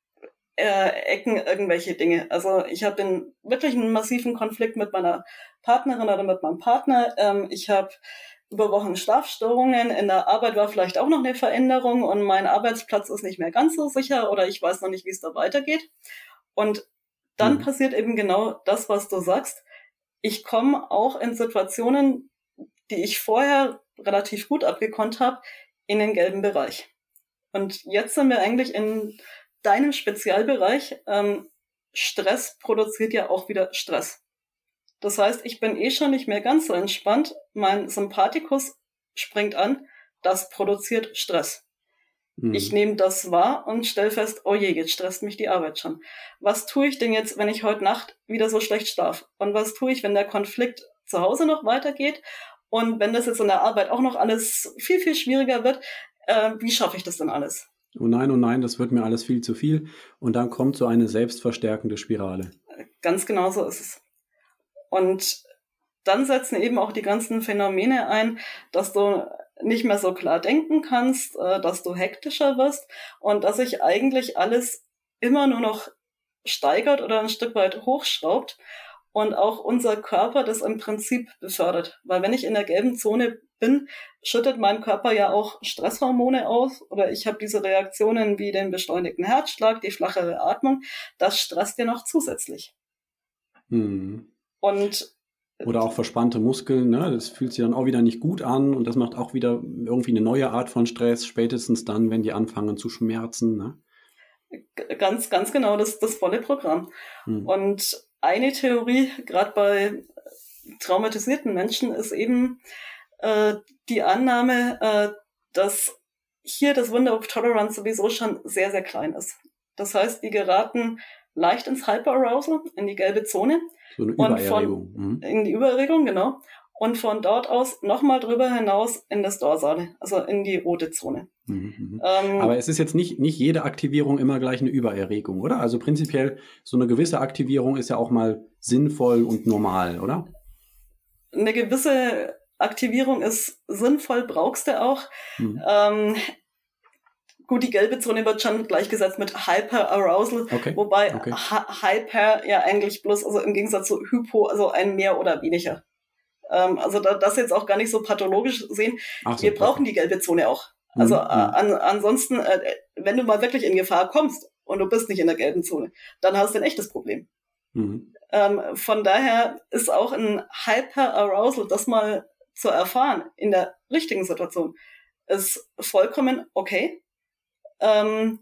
äh, Ecken irgendwelche Dinge. Also ich habe den wirklich einen massiven Konflikt mit meiner Partnerin oder mit meinem Partner. Ähm, ich habe über Wochen Schlafstörungen. In der Arbeit war vielleicht auch noch eine Veränderung und mein Arbeitsplatz ist nicht mehr ganz so sicher oder ich weiß noch nicht, wie es da weitergeht. Und dann mhm. passiert eben genau das, was du sagst. Ich komme auch in Situationen, die ich vorher relativ gut abgekonnt habe, in den gelben Bereich. Und jetzt sind wir eigentlich in deinem Spezialbereich. Ähm, Stress produziert ja auch wieder Stress. Das heißt, ich bin eh schon nicht mehr ganz so entspannt. Mein Sympathikus springt an. Das produziert Stress. Mhm. Ich nehme das wahr und stelle fest, oh je, jetzt stresst mich die Arbeit schon. Was tue ich denn jetzt, wenn ich heute Nacht wieder so schlecht schlafe? Und was tue ich, wenn der Konflikt zu Hause noch weitergeht? Und wenn das jetzt in der Arbeit auch noch alles viel, viel schwieriger wird, äh, wie schaffe ich das denn alles? Oh nein, oh nein, das wird mir alles viel zu viel. Und dann kommt so eine selbstverstärkende Spirale. Ganz genau so ist es. Und dann setzen eben auch die ganzen Phänomene ein, dass du nicht mehr so klar denken kannst, äh, dass du hektischer wirst und dass sich eigentlich alles immer nur noch steigert oder ein Stück weit hochschraubt. Und auch unser Körper das im Prinzip befördert. Weil wenn ich in der gelben Zone bin, schüttet mein Körper ja auch Stresshormone aus. Oder ich habe diese Reaktionen wie den beschleunigten Herzschlag, die flachere Atmung. Das stresst ja noch zusätzlich. Hm. Und oder auch verspannte Muskeln, ne? Das fühlt sich dann auch wieder nicht gut an. Und das macht auch wieder irgendwie eine neue Art von Stress. Spätestens dann, wenn die anfangen zu schmerzen. Ne? Ganz, ganz genau das, das volle Programm. Hm. Und eine Theorie, gerade bei traumatisierten Menschen, ist eben äh, die Annahme, äh, dass hier das Window of Tolerance sowieso schon sehr, sehr klein ist. Das heißt, die geraten leicht ins Hyperarousal, in die gelbe Zone. So eine Übererregung. Und von, mhm. In die Übererregung, genau. und von dort aus nochmal drüber hinaus in das Dorsale, also in die rote Zone. Mhm. Ähm, Aber es ist jetzt nicht, nicht jede Aktivierung immer gleich eine Übererregung, oder? Also prinzipiell so eine gewisse Aktivierung ist ja auch mal sinnvoll und normal, oder? Eine gewisse Aktivierung ist sinnvoll, brauchst du auch. Mhm. Ähm, gut, die gelbe Zone wird schon gleichgesetzt mit Hyper-Arousal, okay. wobei okay. Hyper ja eigentlich bloß, also im Gegensatz zu Hypo, also ein mehr oder weniger. Ähm, also da, das jetzt auch gar nicht so pathologisch sehen. So, wir brauchen okay. die gelbe Zone auch. Also mhm. äh, an, ansonsten, äh, wenn du mal wirklich in Gefahr kommst und du bist nicht in der gelben Zone, dann hast du ein echtes Problem. Mhm. Ähm, von daher ist auch ein Hyper-Arousal, das mal zu erfahren in der richtigen Situation, ist vollkommen okay. Ähm,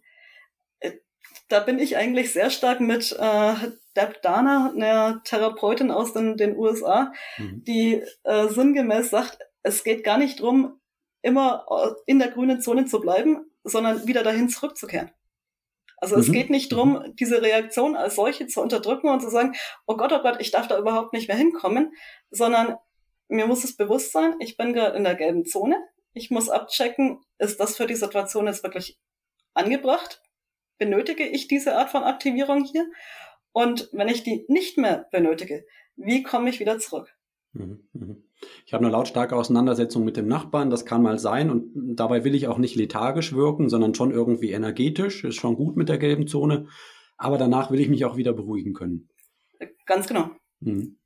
da bin ich eigentlich sehr stark mit äh, Deb Dana, einer Therapeutin aus den, den U S A, mhm. die äh, sinngemäß sagt, es geht gar nicht drum, immer in der grünen Zone zu bleiben, sondern wieder dahin zurückzukehren. Also mhm. es geht nicht drum, diese Reaktion als solche zu unterdrücken und zu sagen, oh Gott, oh Gott, ich darf da überhaupt nicht mehr hinkommen, sondern mir muss es bewusst sein, ich bin gerade in der gelben Zone, ich muss abchecken, ist das für die Situation jetzt wirklich angebracht? Benötige ich diese Art von Aktivierung hier? Und wenn ich die nicht mehr benötige, wie komme ich wieder zurück? Ich habe eine lautstarke Auseinandersetzung mit dem Nachbarn, das kann mal sein. Und dabei will ich auch nicht lethargisch wirken, sondern schon irgendwie energetisch. Ist schon gut mit der gelben Zone. Aber danach will ich mich auch wieder beruhigen können. Ganz genau. Mhm.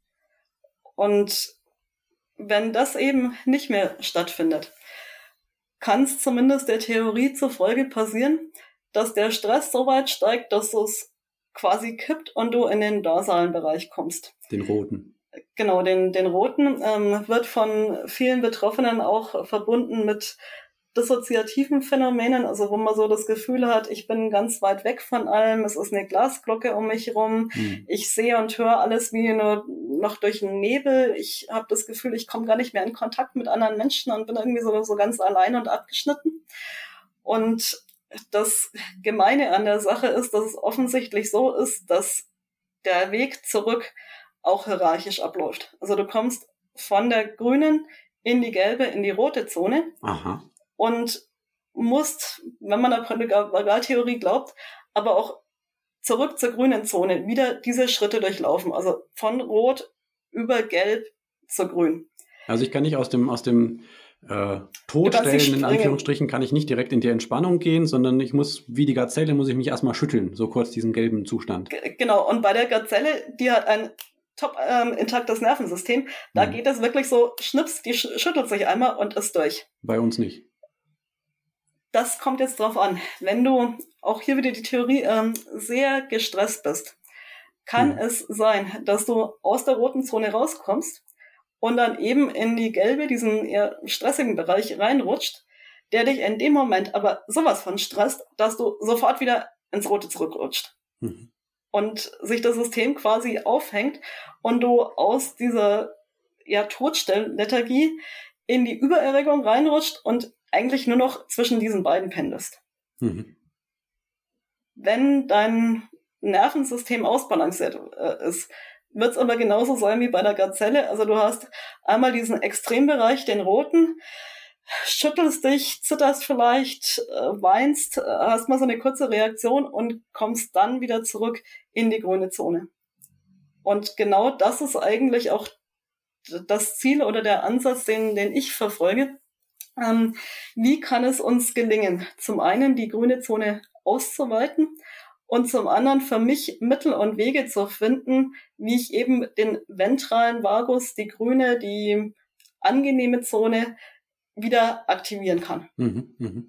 Und wenn das eben nicht mehr stattfindet, kann es zumindest der Theorie zufolge passieren, dass der Stress so weit steigt, dass es quasi kippt und du in den dorsalen Bereich kommst. Den roten. Genau, den, den roten ähm, wird von vielen Betroffenen auch verbunden mit dissoziativen Phänomenen, also wo man so das Gefühl hat, ich bin ganz weit weg von allem, es ist eine Glasglocke um mich rum, hm. ich sehe und höre alles wie nur noch durch einen Nebel, ich habe das Gefühl, ich komme gar nicht mehr in Kontakt mit anderen Menschen und bin irgendwie so, so ganz allein und abgeschnitten. Und das Gemeine an der Sache ist, dass es offensichtlich so ist, dass der Weg zurück auch hierarchisch abläuft. Also du kommst von der grünen in die gelbe, in die rote Zone. Aha. Und musst, wenn man der Prädikaltheorie glaubt, aber auch zurück zur grünen Zone wieder diese Schritte durchlaufen. Also von rot über gelb zu grün. Also ich kann nicht aus dem, aus dem äh, Todstellen, in Anführungsstrichen, kann ich nicht direkt in die Entspannung gehen, sondern ich muss, wie die Gazelle, muss ich mich erstmal schütteln, so kurz diesen gelben Zustand. G- genau, und bei der Gazelle, die hat ein top ähm, intaktes Nervensystem, da mhm. geht es wirklich so, schnips, die sch- schüttelt sich einmal und ist durch. Bei uns nicht. Das kommt jetzt drauf an. Wenn du, auch hier wieder die Theorie, ähm, sehr gestresst bist, kann mhm. es sein, dass du aus der roten Zone rauskommst und dann eben in die gelbe, diesen eher stressigen Bereich reinrutscht, der dich in dem Moment aber sowas von stresst, dass du sofort wieder ins Rote zurückrutscht. Mhm. Und sich das System quasi aufhängt und du aus dieser ja, Todstelllethargie in die Übererregung reinrutscht und eigentlich nur noch zwischen diesen beiden pendelst. Mhm. Wenn dein Nervensystem ausbalanciert äh, ist, wird es aber genauso sein wie bei der Gazelle. Also du hast einmal diesen Extrembereich, den roten, schüttelst dich, zitterst vielleicht, äh, weinst, äh, hast mal so eine kurze Reaktion und kommst dann wieder zurück in die grüne Zone. Und genau das ist eigentlich auch das Ziel oder der Ansatz, den, den ich verfolge. Ähm, wie kann es uns gelingen, zum einen die grüne Zone auszuweiten und zum anderen für mich Mittel und Wege zu finden, wie ich eben den ventralen Vagus, die grüne, die angenehme Zone wieder aktivieren kann. Mhm, mh.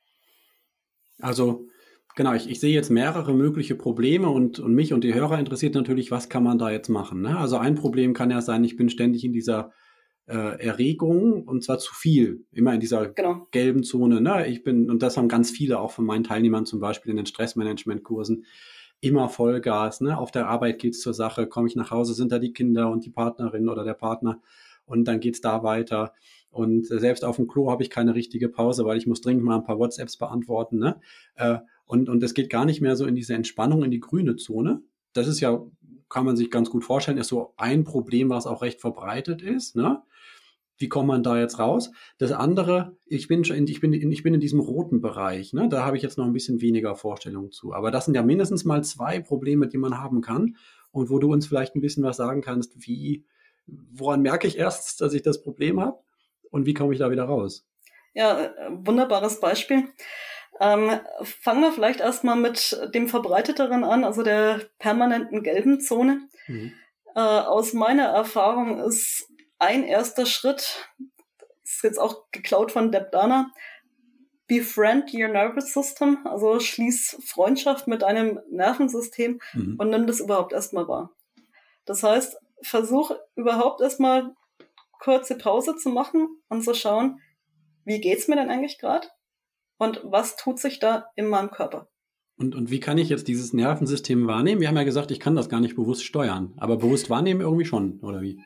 Also genau, ich, ich sehe jetzt mehrere mögliche Probleme und, und mich und die Hörer interessiert natürlich, was kann man da jetzt machen, ne? Also ein Problem kann ja sein, ich bin ständig in dieser Äh, Erregung und zwar zu viel, immer in dieser genau. gelben Zone. Ne? Ich bin, und das haben ganz viele auch von meinen Teilnehmern zum Beispiel in den Stressmanagement-Kursen, immer Vollgas. Ne? Auf der Arbeit geht's zur Sache, komme ich nach Hause, sind da die Kinder und die Partnerin oder der Partner und dann geht's da weiter. Und selbst auf dem Klo habe ich keine richtige Pause, weil ich muss dringend mal ein paar WhatsApps beantworten. Ne? Äh, und, und es geht gar nicht mehr so in diese Entspannung, in die grüne Zone. Das ist ja, kann man sich ganz gut vorstellen, ist so ein Problem, was auch recht verbreitet ist. Ne? Wie kommt man da jetzt raus? Das andere, ich bin schon in, ich bin in, ich bin in diesem roten Bereich, ne? Da habe ich jetzt noch ein bisschen weniger Vorstellungen zu. Aber das sind ja mindestens mal zwei Probleme, die man haben kann und wo du uns vielleicht ein bisschen was sagen kannst, wie, woran merke ich erst, dass ich das Problem habe und wie komme ich da wieder raus? Ja, wunderbares Beispiel. Ähm, fangen wir vielleicht erstmal mit dem verbreiteteren an, also der permanenten gelben Zone. Mhm. Äh, aus meiner Erfahrung ist ein erster Schritt, ist jetzt auch geklaut von Deb Dana, befriend your nervous system, also schließ Freundschaft mit deinem Nervensystem mhm. und nimm das überhaupt erstmal wahr. Das heißt, versuch überhaupt erstmal kurze Pause zu machen und zu schauen, wie geht's mir denn eigentlich gerade und was tut sich da in meinem Körper. Und, und wie kann ich jetzt dieses Nervensystem wahrnehmen? Wir haben ja gesagt, ich kann das gar nicht bewusst steuern, aber bewusst wahrnehmen irgendwie schon, oder wie?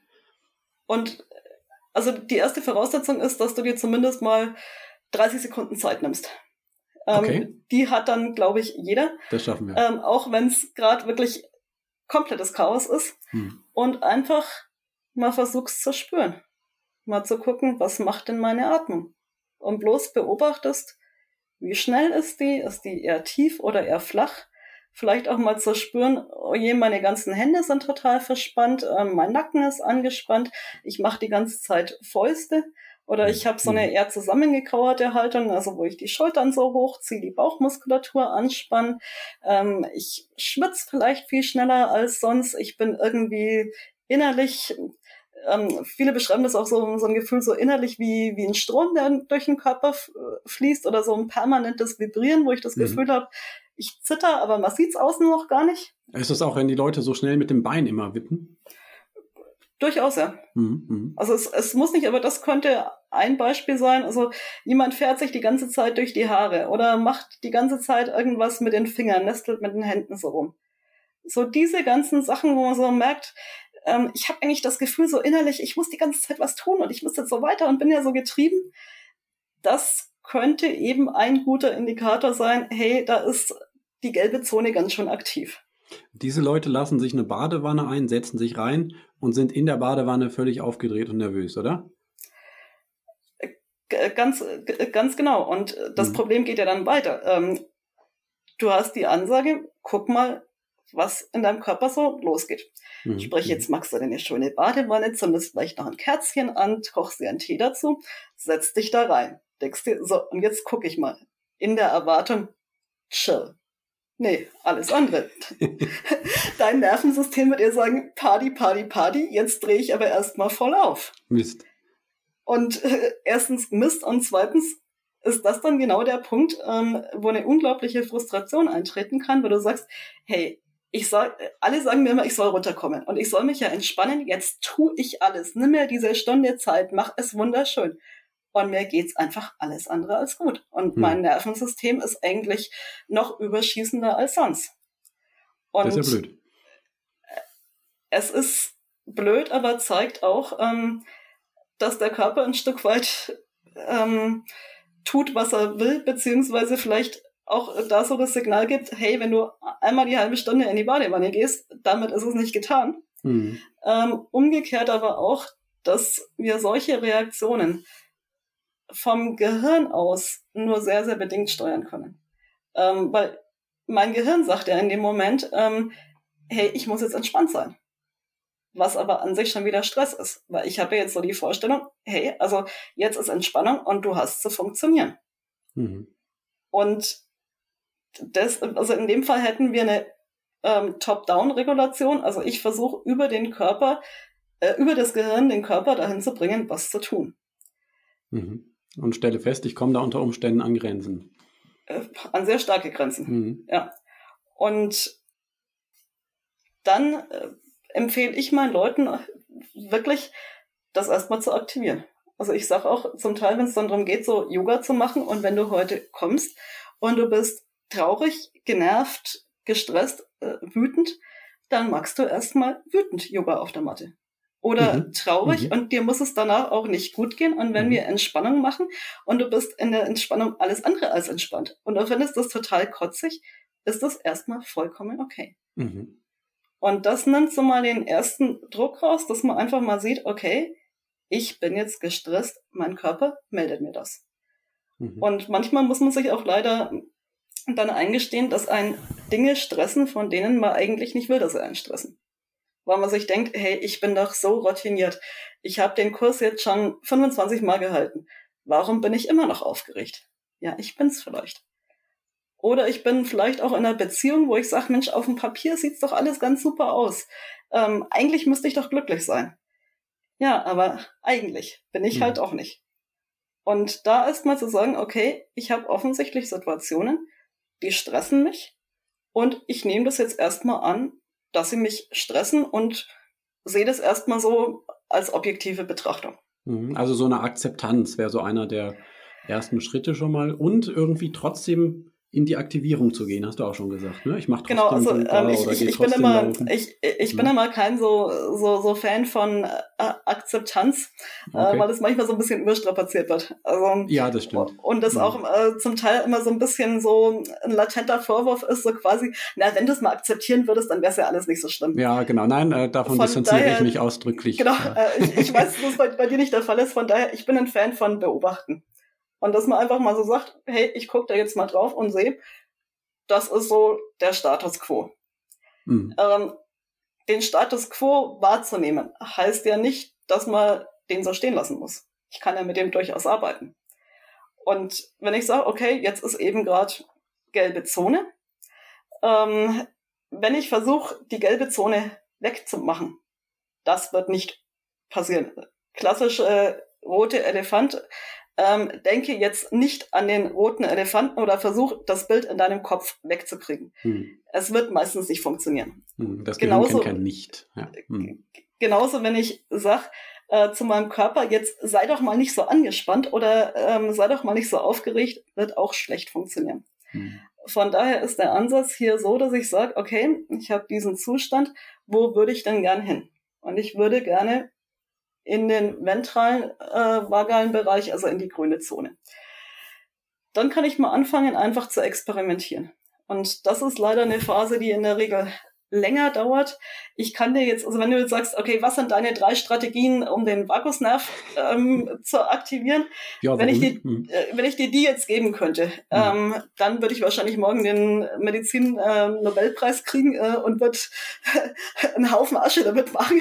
Und also die erste Voraussetzung ist, dass du dir zumindest mal dreißig Sekunden Zeit nimmst. Okay. Ähm, die hat dann, glaube ich, jeder. Das schaffen wir. Ähm, auch wenn es gerade wirklich komplettes Chaos ist. Hm. Und einfach mal versuchst zu spüren. Mal zu gucken, was macht denn meine Atmung? Und bloß beobachtest, wie schnell ist die? Ist die eher tief oder eher flach? Vielleicht auch mal zu spüren, oh je, meine ganzen Hände sind total verspannt, äh, mein Nacken ist angespannt, ich mache die ganze Zeit Fäuste oder ich habe so eine eher zusammengekauerte Haltung, also wo ich die Schultern so hochziehe, die Bauchmuskulatur anspanne, ähm, ich schwitze vielleicht viel schneller als sonst, ich bin irgendwie innerlich, ähm, viele beschreiben das auch so, so ein Gefühl so innerlich wie, wie ein Strom, der durch den Körper f- fließt oder so ein permanentes Vibrieren, wo ich das mhm. Gefühl habe, ich zitter, aber man sieht's außen noch gar nicht. Ist das auch, wenn die Leute so schnell mit dem Bein immer wippen? Durchaus, ja. Mhm. Also es, es muss nicht, aber das könnte ein Beispiel sein. Also jemand fährt sich die ganze Zeit durch die Haare oder macht die ganze Zeit irgendwas mit den Fingern, nestelt mit den Händen so rum. So diese ganzen Sachen, wo man so merkt, ähm, ich habe eigentlich das Gefühl so innerlich, ich muss die ganze Zeit was tun und ich muss jetzt so weiter und bin ja so getrieben. Das könnte eben ein guter Indikator sein, hey, da ist die gelbe Zone ganz schön aktiv. Diese Leute lassen sich eine Badewanne ein, setzen sich rein und sind in der Badewanne völlig aufgedreht und nervös, oder? G- ganz, g- ganz genau. Und das mhm. Problem geht ja dann weiter. Ähm, du hast die Ansage, guck mal, was in deinem Körper so losgeht. Mhm. Sprich, jetzt machst du dir eine schöne Badewanne, zündest vielleicht noch ein Kerzchen an, kochst dir einen Tee dazu, setzt dich da rein. Denkst dir, so, und jetzt gucke ich mal. In der Erwartung, chill. Nee, alles andere. Dein Nervensystem wird dir sagen, Party, Party, Party, jetzt drehe ich aber erstmal voll auf. Mist. Und äh, erstens Mist und zweitens ist das dann genau der Punkt, ähm, wo eine unglaubliche Frustration eintreten kann, wo du sagst, hey, ich soll, alle sagen mir immer, ich soll runterkommen und ich soll mich ja entspannen, jetzt tu ich alles. Nimm mir diese Stunde Zeit, mach es wunderschön. Und mir geht's einfach alles andere als gut. Und hm. mein Nervensystem ist eigentlich noch überschießender als sonst. Und das ist ja blöd. Es ist blöd, aber zeigt auch, ähm, dass der Körper ein Stück weit ähm, tut, was er will, beziehungsweise vielleicht auch da so das Signal gibt, hey, wenn du einmal die halbe Stunde in die Badewanne gehst, damit ist es nicht getan. Hm. Ähm, umgekehrt aber auch, dass wir solche Reaktionen vom Gehirn aus nur sehr, sehr bedingt steuern können. Ähm, weil mein Gehirn sagt ja in dem Moment, ähm, hey, ich muss jetzt entspannt sein. Was aber an sich schon wieder Stress ist. Weil ich habe ja jetzt so die Vorstellung, hey, also jetzt ist Entspannung und du hast zu funktionieren. Mhm. Und das, also in dem Fall hätten wir eine ähm, Top-Down-Regulation. Also ich versuche über den Körper, äh, über das Gehirn den Körper dahin zu bringen, was zu tun. Mhm. Und stelle fest, ich komme da unter Umständen an Grenzen. Äh, an sehr starke Grenzen, mhm. ja. Und dann äh, empfehle ich meinen Leuten wirklich, das erstmal zu aktivieren. Also ich sage auch zum Teil, wenn es dann darum geht, so Yoga zu machen und wenn du heute kommst und du bist traurig, genervt, gestresst, äh, wütend, dann machst du erstmal wütend Yoga auf der Matte. Oder mhm. traurig mhm. und dir muss es danach auch nicht gut gehen. Und wenn mhm. wir Entspannung machen und du bist in der Entspannung alles andere als entspannt und du findest das total kotzig, ist das erstmal vollkommen okay. Mhm. Und das nimmt so mal den ersten Druck raus, dass man einfach mal sieht, okay, ich bin jetzt gestresst, mein Körper meldet mir das. Mhm. Und manchmal muss man sich auch leider dann eingestehen, dass einen Dinge stressen, von denen man eigentlich nicht will, dass sie einen stressen. Weil man sich denkt, hey, ich bin doch so routiniert. Ich habe den Kurs jetzt schon fünfundzwanzig Mal gehalten. Warum bin ich immer noch aufgeregt? Ja, ich bin's vielleicht. Oder ich bin vielleicht auch in einer Beziehung, wo ich sage, Mensch, auf dem Papier sieht's doch alles ganz super aus. Ähm, eigentlich müsste ich doch glücklich sein. Ja, aber eigentlich bin ich Mhm. halt auch nicht. Und da ist mal zu sagen, okay, ich habe offensichtlich Situationen, die stressen mich und ich nehme das jetzt erstmal an, dass sie mich stressen und sehe das erstmal so als objektive Betrachtung. Mhm. Also so eine Akzeptanz wäre so einer der ersten Schritte schon mal und irgendwie trotzdem in die Aktivierung zu gehen, hast du auch schon gesagt, ne? Ich mache Genau, trotzdem also Yoga ähm, ich, oder ich, gehe ich bin trotzdem immer, laufen. ich, ich Mhm. bin immer kein so, so, so Fan von äh, Akzeptanz, äh, Okay. weil es manchmal so ein bisschen überstrapaziert wird. Also, Ja, das stimmt. und das Mhm. auch äh, zum Teil immer so ein bisschen so ein latenter Vorwurf ist, so quasi, na, wenn du es mal akzeptieren würdest, dann wäre es ja alles nicht so schlimm. Ja, genau. Nein, äh, davon Von distanziere ich daher, mich ausdrücklich. genau, Ja. äh, ich, ich weiß, dass es bei, bei dir nicht der Fall ist, von daher, ich bin ein Fan von Beobachten. Und dass man einfach mal so sagt, hey, ich gucke da jetzt mal drauf und sehe, das ist so der Status quo. Mhm. Ähm, den Status quo wahrzunehmen, heißt ja nicht, dass man den so stehen lassen muss. Ich kann ja mit dem durchaus arbeiten. Und wenn ich sage, okay, jetzt ist eben gerade gelbe Zone, ähm, wenn ich versuche, die gelbe Zone wegzumachen, das wird nicht passieren. Klassisch äh, rote Elefant, ähm, denke jetzt nicht an den roten Elefanten oder versuch das Bild in deinem Kopf wegzukriegen. Hm. Es wird meistens nicht funktionieren. Hm. Das Gehirn Genauso, kennt kein Nicht. Ja. Hm. genauso, wenn ich sage äh, zu meinem Körper, jetzt sei doch mal nicht so angespannt oder ähm, sei doch mal nicht so aufgeregt, wird auch schlecht funktionieren. Hm. Von daher ist der Ansatz hier so, dass ich sage, okay, ich habe diesen Zustand, wo würde ich denn gern hin? Und ich würde gerne in den ventralen, äh, vagalen Bereich, also in die grüne Zone. Dann kann ich mal anfangen, einfach zu experimentieren. Und das ist leider eine Phase, die in der Regel länger dauert. Ich kann dir jetzt, also wenn du jetzt sagst, okay, was sind deine drei Strategien, um den Vagusnerv ähm, zu aktivieren? Ja, wenn, ich warum? dir, Hm. äh, wenn ich dir die jetzt geben könnte, Hm. ähm, dann würde ich wahrscheinlich morgen den Medizin-Nobelpreis äh, kriegen äh, und würde einen Haufen Asche damit machen.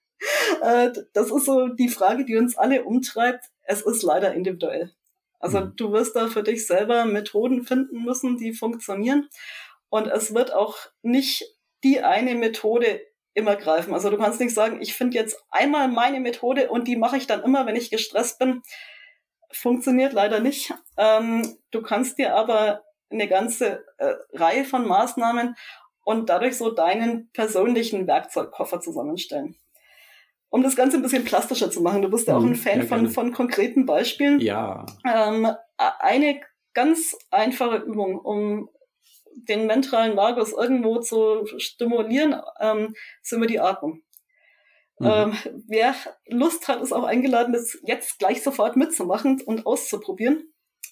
Das ist so die Frage, die uns alle umtreibt. Es ist leider individuell. Also Mhm. du wirst da für dich selber Methoden finden müssen, die funktionieren. Und es wird auch nicht die eine Methode immer greifen. Also du kannst nicht sagen, ich finde jetzt einmal meine Methode und die mache ich dann immer, wenn ich gestresst bin. Funktioniert leider nicht. Ähm, du kannst dir aber eine ganze äh, Reihe von Maßnahmen und dadurch so deinen persönlichen Werkzeugkoffer zusammenstellen. Um das Ganze ein bisschen plastischer zu machen, du bist ja auch ein Fan ja, von, von konkreten Beispielen. Ja. Ähm, eine ganz einfache Übung, um den ventralen Vagus irgendwo zu stimulieren, ähm, ist immer die Atmung. Mhm. Ähm, wer Lust hat, ist auch eingeladen, das jetzt gleich sofort mitzumachen und auszuprobieren.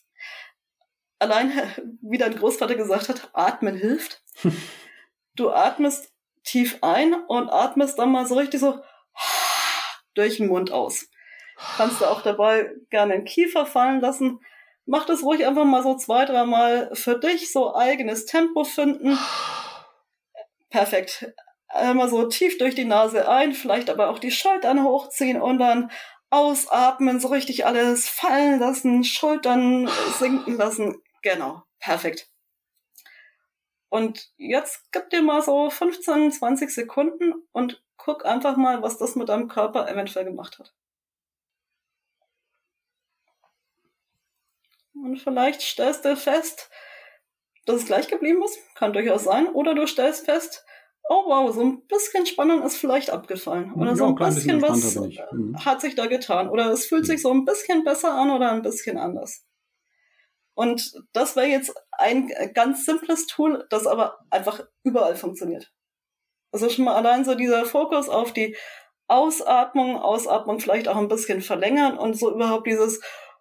Allein, wie dein Großvater gesagt hat, atmen hilft. Du atmest tief ein und atmest dann mal so richtig so durch den Mund aus. Kannst du auch dabei gerne den Kiefer fallen lassen. Mach das ruhig einfach mal so zwei, dreimal für dich, so eigenes Tempo finden. Perfekt. Einmal so tief durch die Nase ein, vielleicht aber auch die Schultern hochziehen und dann ausatmen, so richtig alles fallen lassen, Schultern sinken lassen. Genau, perfekt. Und jetzt gib dir mal so fünfzehn, zwanzig Sekunden und guck einfach mal, was das mit deinem Körper eventuell gemacht hat. Und vielleicht stellst du fest, dass es gleich geblieben ist. Kann durchaus sein. Oder du stellst fest, oh wow, so ein bisschen Spannung ist vielleicht abgefallen. Oder ja, so ein bisschen, bisschen was mhm. hat sich da getan. Oder es fühlt mhm. sich so ein bisschen besser an oder ein bisschen anders. Und das wäre jetzt ein ganz simples Tool, das aber einfach überall funktioniert. Also schon mal allein so dieser Fokus auf die Ausatmung, Ausatmung vielleicht auch ein bisschen verlängern und so überhaupt dieses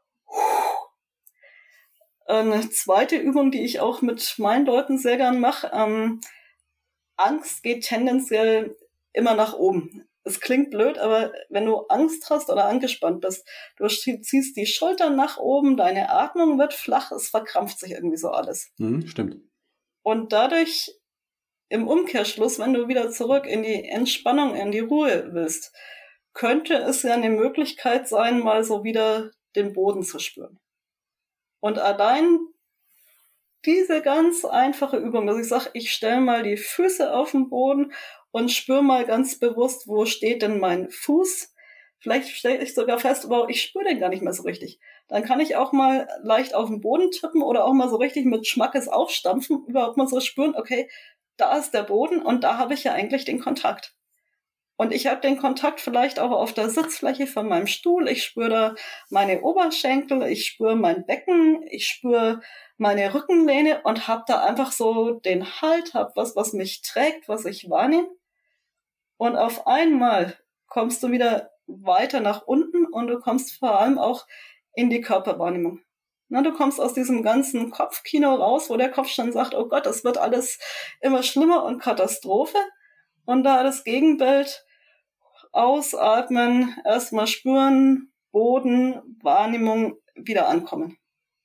Eine zweite Übung, die ich auch mit meinen Leuten sehr gern mache, ähm, Angst geht tendenziell immer nach oben. es klingt blöd, aber wenn du Angst hast oder angespannt bist, du ziehst die Schultern nach oben, deine Atmung wird flach, es verkrampft sich irgendwie so alles. Mhm, stimmt. Und dadurch im Umkehrschluss, wenn du wieder zurück in die Entspannung, in die Ruhe willst, könnte es ja eine Möglichkeit sein, mal so wieder den Boden zu spüren. Und allein diese ganz einfache Übung, dass ich sage, ich stelle mal die Füße auf den Boden und spüre mal ganz bewusst, wo steht denn mein Fuß. Vielleicht stelle ich sogar fest, aber ich spüre den gar nicht mehr so richtig. Dann kann ich auch mal leicht auf den Boden tippen oder auch mal so richtig mit Schmackes aufstampfen, überhaupt mal so spüren, okay, da ist der Boden und da habe ich ja eigentlich den Kontakt. Und ich habe den Kontakt vielleicht auch auf der Sitzfläche von meinem Stuhl. Ich spüre da meine Oberschenkel, ich spüre mein Becken, ich spüre meine Rückenlehne und habe da einfach so den Halt, habe was, was mich trägt, was ich wahrnehme. Und auf einmal kommst du wieder weiter nach unten und du kommst vor allem auch in die Körperwahrnehmung. Na, du kommst aus diesem ganzen Kopfkino raus, wo der Kopf schon sagt, oh Gott, das wird alles immer schlimmer und Katastrophe. Und da das Gegenbild, ausatmen, erstmal spüren, Boden, Wahrnehmung, wieder ankommen.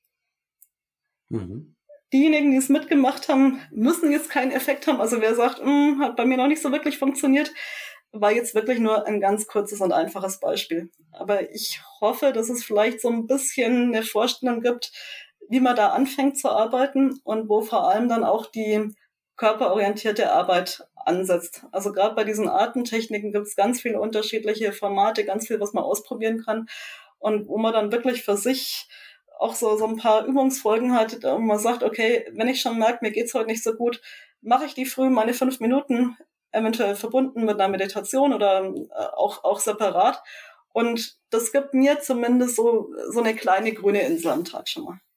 Mhm. Diejenigen, die es mitgemacht haben, müssen jetzt keinen Effekt haben. Also wer sagt, hat bei mir noch nicht so wirklich funktioniert, war jetzt wirklich nur ein ganz kurzes und einfaches Beispiel. Aber ich hoffe, dass es vielleicht so ein bisschen eine Vorstellung gibt, wie man da anfängt zu arbeiten und wo vor allem dann auch die körperorientierte Arbeit ansetzt. Also gerade bei diesen Atemtechniken gibt es ganz viele unterschiedliche Formate, ganz viel, was man ausprobieren kann und wo man dann wirklich für sich auch so, so ein paar Übungsfolgen hat, wo man sagt, okay, wenn ich schon merke, mir geht's heute nicht so gut, mache ich die früh meine fünf Minuten, eventuell verbunden mit einer Meditation oder äh, auch, auch separat. Und das gibt mir zumindest so, so eine kleine grüne Insel am Tag schon mal.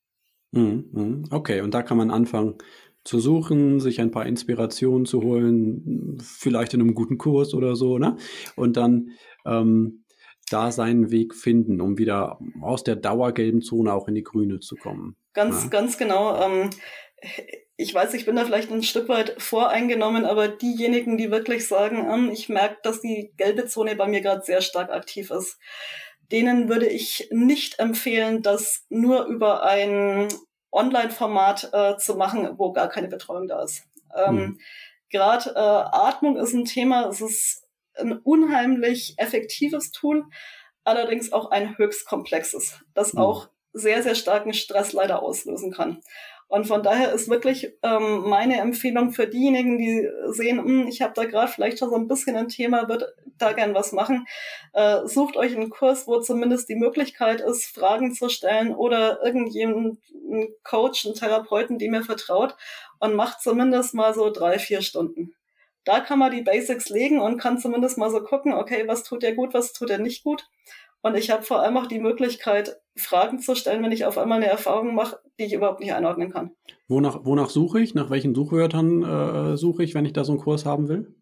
Mhm, okay, und da kann man anfangen zu suchen, sich ein paar Inspirationen zu holen, vielleicht in einem guten Kurs oder so, ne? Und dann ähm, da seinen Weg finden, um wieder aus der dauergelben Zone auch in die grüne zu kommen. Ganz, ja? ganz genau. Ähm, ich weiß, ich bin da vielleicht ein Stück weit voreingenommen, aber diejenigen, die wirklich sagen, ähm, ich merke, dass die gelbe Zone bei mir gerade sehr stark aktiv ist, denen würde ich nicht empfehlen, das nur über ein Online-Format äh, zu machen, wo gar keine Betreuung da ist. Ähm, mhm. Gerade äh, Atmung ist ein Thema, es ist ein unheimlich effektives Tool, allerdings auch ein höchst komplexes, das mhm. auch sehr, sehr starken Stress leider auslösen kann. Und von daher ist wirklich ähm, meine Empfehlung für diejenigen, die sehen, ich habe da gerade vielleicht schon so ein bisschen ein Thema, würde da gern was machen, äh, sucht euch einen Kurs, wo zumindest die Möglichkeit ist, Fragen zu stellen oder irgendjemanden, einen Coach, einen Therapeuten, dem ihr vertraut und macht zumindest mal so drei, vier Stunden. Da kann man die Basics legen und kann zumindest mal so gucken, okay, was tut der gut, was tut er nicht gut. Und ich habe vor allem auch die Möglichkeit, Fragen zu stellen, wenn ich auf einmal eine Erfahrung mache, die ich überhaupt nicht einordnen kann. Wonach, wonach suche ich? Nach welchen Suchwörtern äh, suche ich, wenn ich da so einen Kurs haben will?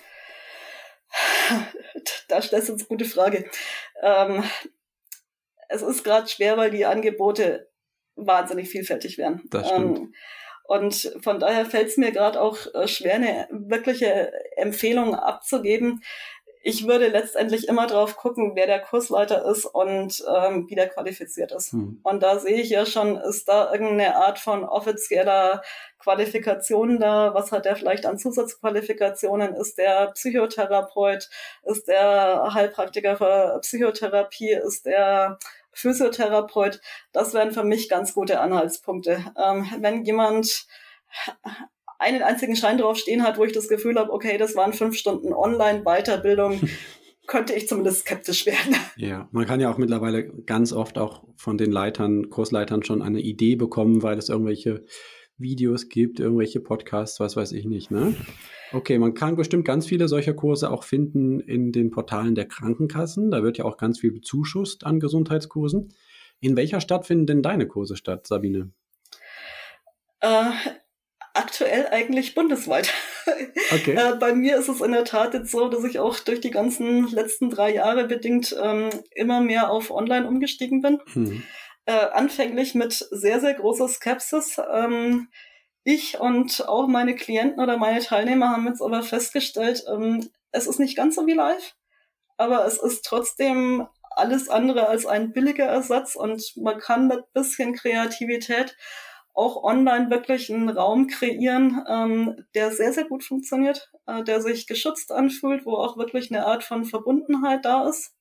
Da stellst du uns eine gute Frage. Ähm, es ist gerade schwer, weil die Angebote wahnsinnig vielfältig werden. Das stimmt. Ähm, und von daher fällt es mir gerade auch schwer, eine wirkliche Empfehlung abzugeben. Ich würde letztendlich immer drauf gucken, wer der Kursleiter ist und ähm, wie der qualifiziert ist. Hm. Und da sehe ich ja schon, ist da irgendeine Art von offizieller Qualifikation da? Was hat der vielleicht an Zusatzqualifikationen? Ist der Psychotherapeut? Ist der Heilpraktiker für Psychotherapie? Ist der Physiotherapeut? Das wären für mich ganz gute Anhaltspunkte. Ähm, wenn jemand einen einzigen Schein drauf stehen hat, wo ich das Gefühl habe, okay, das waren fünf Stunden Online-Weiterbildung, könnte ich zumindest skeptisch werden. Ja, man kann ja auch mittlerweile ganz oft auch von den Leitern, Kursleitern schon eine Idee bekommen, weil es irgendwelche Videos gibt, irgendwelche Podcasts, was weiß ich nicht, ne? Okay, man kann bestimmt ganz viele solcher Kurse auch finden in den Portalen der Krankenkassen. Da wird ja auch ganz viel bezuschusst an Gesundheitskursen. In welcher Stadt finden denn deine Kurse statt, Sabine? Äh, Aktuell eigentlich bundesweit. Okay. äh, bei mir ist es in der Tat jetzt so, dass ich auch durch die ganzen letzten drei Jahre bedingt ähm, immer mehr auf Online umgestiegen bin. Hm. Äh, anfänglich mit sehr, sehr großer Skepsis. Ähm, ich und auch meine Klienten oder meine Teilnehmer haben jetzt aber festgestellt, ähm, es ist nicht ganz so wie live, aber es ist trotzdem alles andere als ein billiger Ersatz und man kann mit bisschen Kreativität auch online wirklich einen Raum kreieren, ähm, der sehr, sehr gut funktioniert, äh, der sich geschützt anfühlt, wo auch wirklich eine Art von Verbundenheit da ist.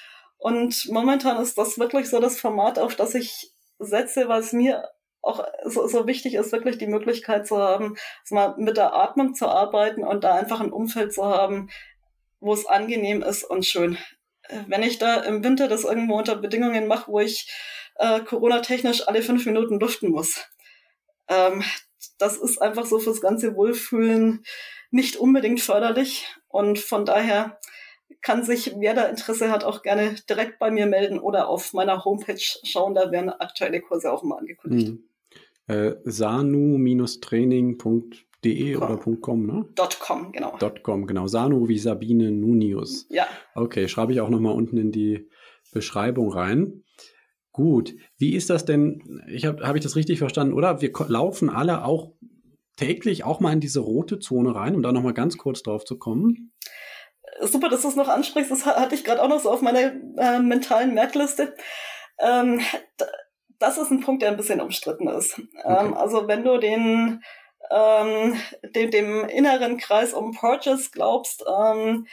Und momentan ist das wirklich so das Format, auf das ich setze, was mir auch so, so wichtig ist, wirklich die Möglichkeit zu haben, mal mit der Atmung zu arbeiten und da einfach ein Umfeld zu haben, wo es angenehm ist und schön. Wenn ich da im Winter das irgendwo unter Bedingungen mache, wo ich äh, Corona-technisch alle fünf Minuten luften muss, ähm, das ist einfach so fürs ganze Wohlfühlen nicht unbedingt förderlich. Und von daher kann sich, wer da Interesse hat, auch gerne direkt bei mir melden oder auf meiner Homepage schauen. Da werden aktuelle Kurse auch mal angekündigt. Hm. Äh, sanu Training Punkt de oder .com, ne? .com, genau. .com, genau. Sanu wie Sabine Nunius. Ja. Okay, schreibe ich auch nochmal unten in die Beschreibung rein. Gut. Wie ist das denn? Ich habe habe ich das richtig verstanden, oder? Wir ko- laufen alle auch täglich auch mal in diese rote Zone rein, um da nochmal ganz kurz drauf zu kommen. Super, dass du es noch ansprichst. Das hatte ich gerade auch noch so auf meiner äh, mentalen Merkliste. Ähm, d- das ist ein Punkt, der ein bisschen umstritten ist. Okay. Ähm, also wenn du den ähm, dem, dem inneren Kreis um Porges glaubst, ähm,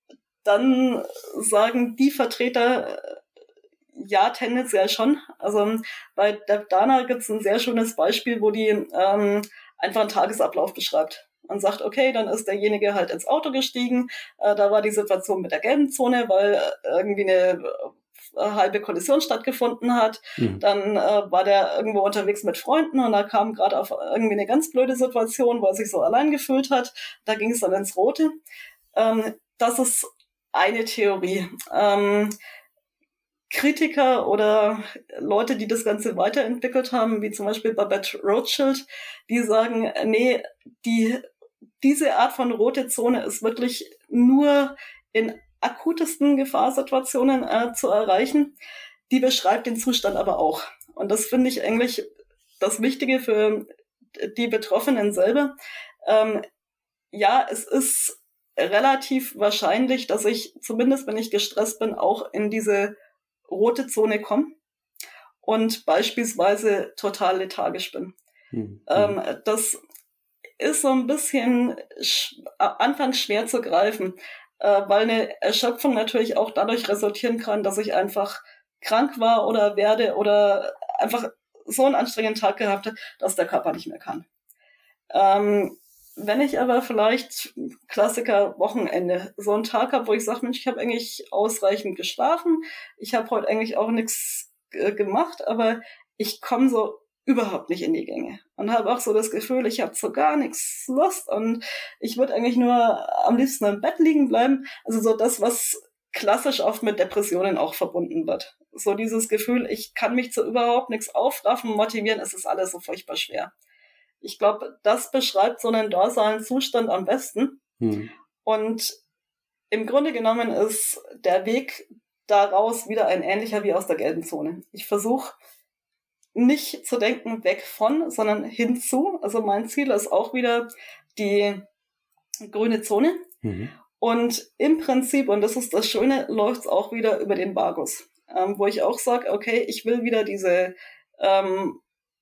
dann sagen die Vertreter äh, ja tendenziell schon. Also bei Deb Dana gibt es ein sehr schönes Beispiel, wo die ähm, einfach einen Tagesablauf beschreibt. Man sagt, okay, dann ist derjenige halt ins Auto gestiegen, äh, da war die Situation mit der gelben Zone, weil äh, irgendwie eine äh, halbe Kollision stattgefunden hat. Mhm. Dann äh, war der irgendwo unterwegs mit Freunden und da kam gerade auf irgendwie eine ganz blöde Situation, wo er sich so allein gefühlt hat. Da ging es dann ins Rote. Ähm, das ist eine Theorie. Ähm, Kritiker oder Leute, die das Ganze weiterentwickelt haben, wie zum Beispiel Babette Rothschild, die sagen, nee, die, diese Art von rote Zone ist wirklich nur in akutesten Gefahrsituationen äh, zu erreichen. Die beschreibt den Zustand aber auch. Und das finde ich eigentlich das Wichtige für die Betroffenen selber. Ähm, ja, es ist relativ wahrscheinlich, dass ich, zumindest wenn ich gestresst bin, auch in diese rote Zone komme und beispielsweise total lethargisch bin. Mhm. Ähm, das ist so ein bisschen sch- anfangs schwer zu greifen, äh, weil eine Erschöpfung natürlich auch dadurch resultieren kann, dass ich einfach krank war oder werde oder einfach so einen anstrengenden Tag gehabt habe, dass der Körper nicht mehr kann. Ähm, wenn ich aber vielleicht, Klassiker Wochenende, so einen Tag habe, wo ich sage, Mensch, ich habe eigentlich ausreichend geschlafen, ich habe heute eigentlich auch nichts äh, gemacht, aber ich komme so überhaupt nicht in die Gänge und habe auch so das Gefühl, ich habe so gar nichts Lust und ich würde eigentlich nur am liebsten im Bett liegen bleiben. Also so das, was klassisch oft mit Depressionen auch verbunden wird. So dieses Gefühl, ich kann mich zu überhaupt nichts aufraffen, motivieren, es ist alles so furchtbar schwer. Ich glaube, das beschreibt so einen dorsalen Zustand am besten. Hm. Und im Grunde genommen ist der Weg daraus wieder ein ähnlicher wie aus der gelben Zone. Ich versuche nicht zu denken weg von, sondern hinzu. Also mein Ziel ist auch wieder die grüne Zone. Mhm. Und im Prinzip, und das ist das Schöne, läuft es auch wieder über den Vagus. Ähm, wo ich auch sage, okay, ich will wieder diese ähm,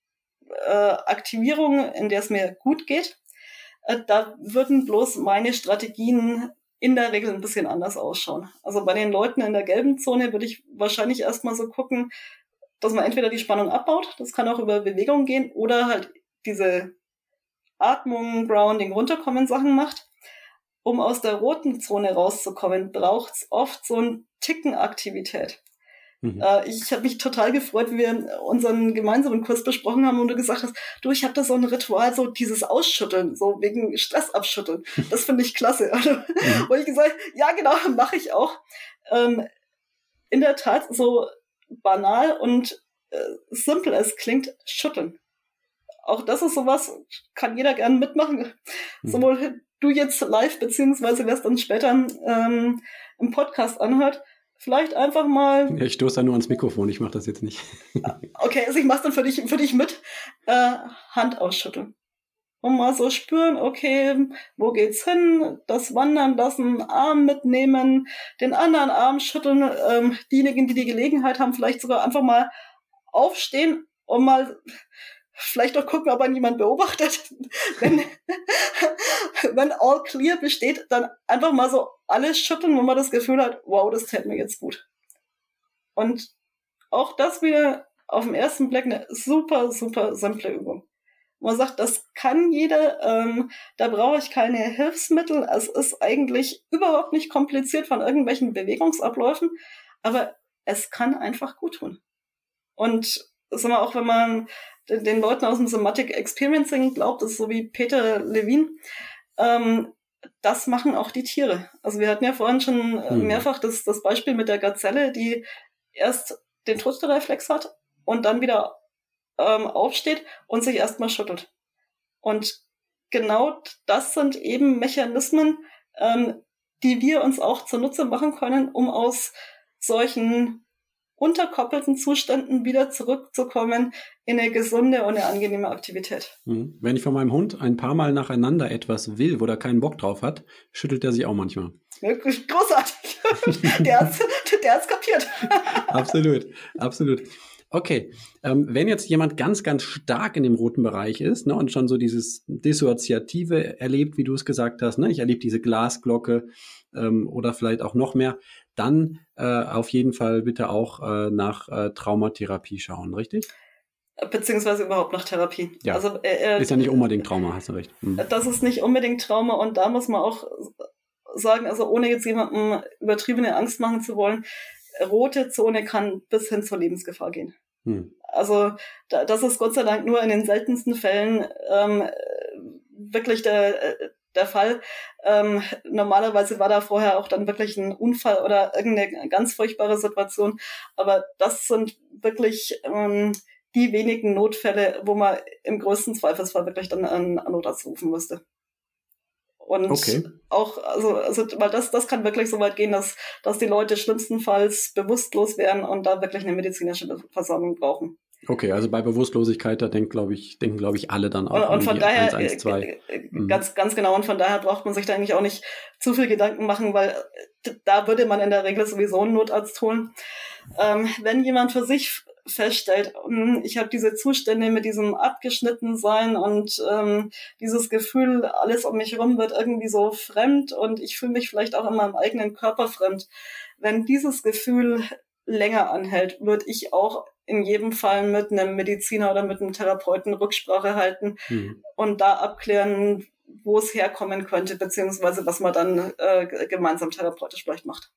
Äh, Aktivierung, in der es mir gut geht, äh, da würden bloß meine Strategien in der Regel ein bisschen anders ausschauen. Also bei den Leuten in der gelben Zone würde ich wahrscheinlich erstmal so gucken, dass man entweder die Spannung abbaut, das kann auch über Bewegung gehen, oder halt diese Atmung, Grounding, runterkommen Sachen macht. Um aus der roten Zone rauszukommen, braucht es oft so einen Ticken Aktivität. Mhm. Äh, ich habe mich total gefreut, wie wir unseren gemeinsamen Kurs besprochen haben und du gesagt hast, du, ich habe da so ein Ritual, so dieses Ausschütteln, so wegen Stress abschütteln. Das finde ich klasse. Also, mhm. Wo ich gesagt, ja genau, mache ich auch. Ähm, in der Tat, so banal und äh, simpel es klingt, schütteln. Auch das ist sowas, kann jeder gerne mitmachen. Mhm. Sowohl du jetzt live, beziehungsweise wer es dann später ähm, im Podcast anhört, vielleicht einfach mal... Ja, ich stoße da nur ans Mikrofon, ich mache das jetzt nicht. Okay, also ich mache dann für dich, für dich mit. Äh, Hand ausschütteln. und mal so spüren, okay, wo geht's hin? Das Wandern lassen, Arm mitnehmen, den anderen Arm schütteln, ähm, diejenigen, die die Gelegenheit haben, vielleicht sogar einfach mal aufstehen und mal vielleicht auch gucken, ob einen jemand beobachtet. Wenn, wenn all clear besteht, dann einfach mal so alles schütteln, wo man das Gefühl hat, wow, das täte mir jetzt gut. Und auch das wieder auf den ersten Blick eine super, super simple Übung. Man sagt, das kann jeder, ähm, da brauche ich keine Hilfsmittel. Es ist eigentlich überhaupt nicht kompliziert von irgendwelchen Bewegungsabläufen, aber es kann einfach gut tun. Und sagen wir auch, wenn man den Leuten aus dem Somatic Experiencing glaubt, das ist so wie Peter Levine, ähm, das machen auch die Tiere. Also wir hatten ja vorhin schon hm. mehrfach das, das Beispiel mit der Gazelle, die erst den Todesreflex hat und dann wieder ähm, aufsteht und sich erstmal schüttelt. Und genau das sind eben Mechanismen, ähm, die wir uns auch zunutze machen können, um aus solchen unterkoppelten Zuständen wieder zurückzukommen in eine gesunde und eine angenehme Aktivität. Wenn ich von meinem Hund ein paar Mal nacheinander etwas will, wo er keinen Bock drauf hat, schüttelt er sich auch manchmal. Großartig. Der hat's, der hat's kapiert. Absolut, absolut. Okay, ähm, wenn jetzt jemand ganz, ganz stark in dem roten Bereich ist, ne, und schon so dieses Dissoziative erlebt, wie du es gesagt hast, ne, ich erlebe diese Glasglocke ähm, oder vielleicht auch noch mehr, dann äh, auf jeden Fall bitte auch äh, nach äh, Traumatherapie schauen, richtig? Beziehungsweise überhaupt nach Therapie. Ja, also, äh, ist ja nicht unbedingt Trauma, hast du recht. Mhm. Das ist nicht unbedingt Trauma und da muss man auch sagen, also ohne jetzt jemandem übertriebene Angst machen zu wollen, rote Zone kann bis hin zur Lebensgefahr gehen. Hm. Also da, das ist Gott sei Dank nur in den seltensten Fällen ähm, wirklich der, der Fall. Ähm, normalerweise war da vorher auch dann wirklich ein Unfall oder irgendeine ganz furchtbare Situation. Aber das sind wirklich ähm, die wenigen Notfälle, wo man im größten Zweifelsfall wirklich dann einen Notarzt rufen müsste. Und okay. auch, also, also, weil das, das kann wirklich so weit gehen, dass, dass die Leute schlimmstenfalls bewusstlos werden und da wirklich eine medizinische Versorgung brauchen. Okay, also bei Bewusstlosigkeit, da denkt, glaube ich, denken, glaube ich, alle dann auch und, und von daher, eins, eins, zwei. ganz, ganz genau, und von daher braucht man sich da eigentlich auch nicht zu viel Gedanken machen, weil da würde man in der Regel sowieso einen Notarzt holen. Ähm, wenn jemand für sich feststellt, ich habe diese Zustände mit diesem Abgeschnittensein und ähm, dieses Gefühl, alles um mich herum wird irgendwie so fremd und ich fühle mich vielleicht auch in meinem eigenen Körper fremd. Wenn dieses Gefühl länger anhält, würde ich auch in jedem Fall mit einem Mediziner oder mit einem Therapeuten Rücksprache halten mhm. und da abklären, wo es herkommen könnte, beziehungsweise was man dann äh, gemeinsam therapeutisch vielleicht macht.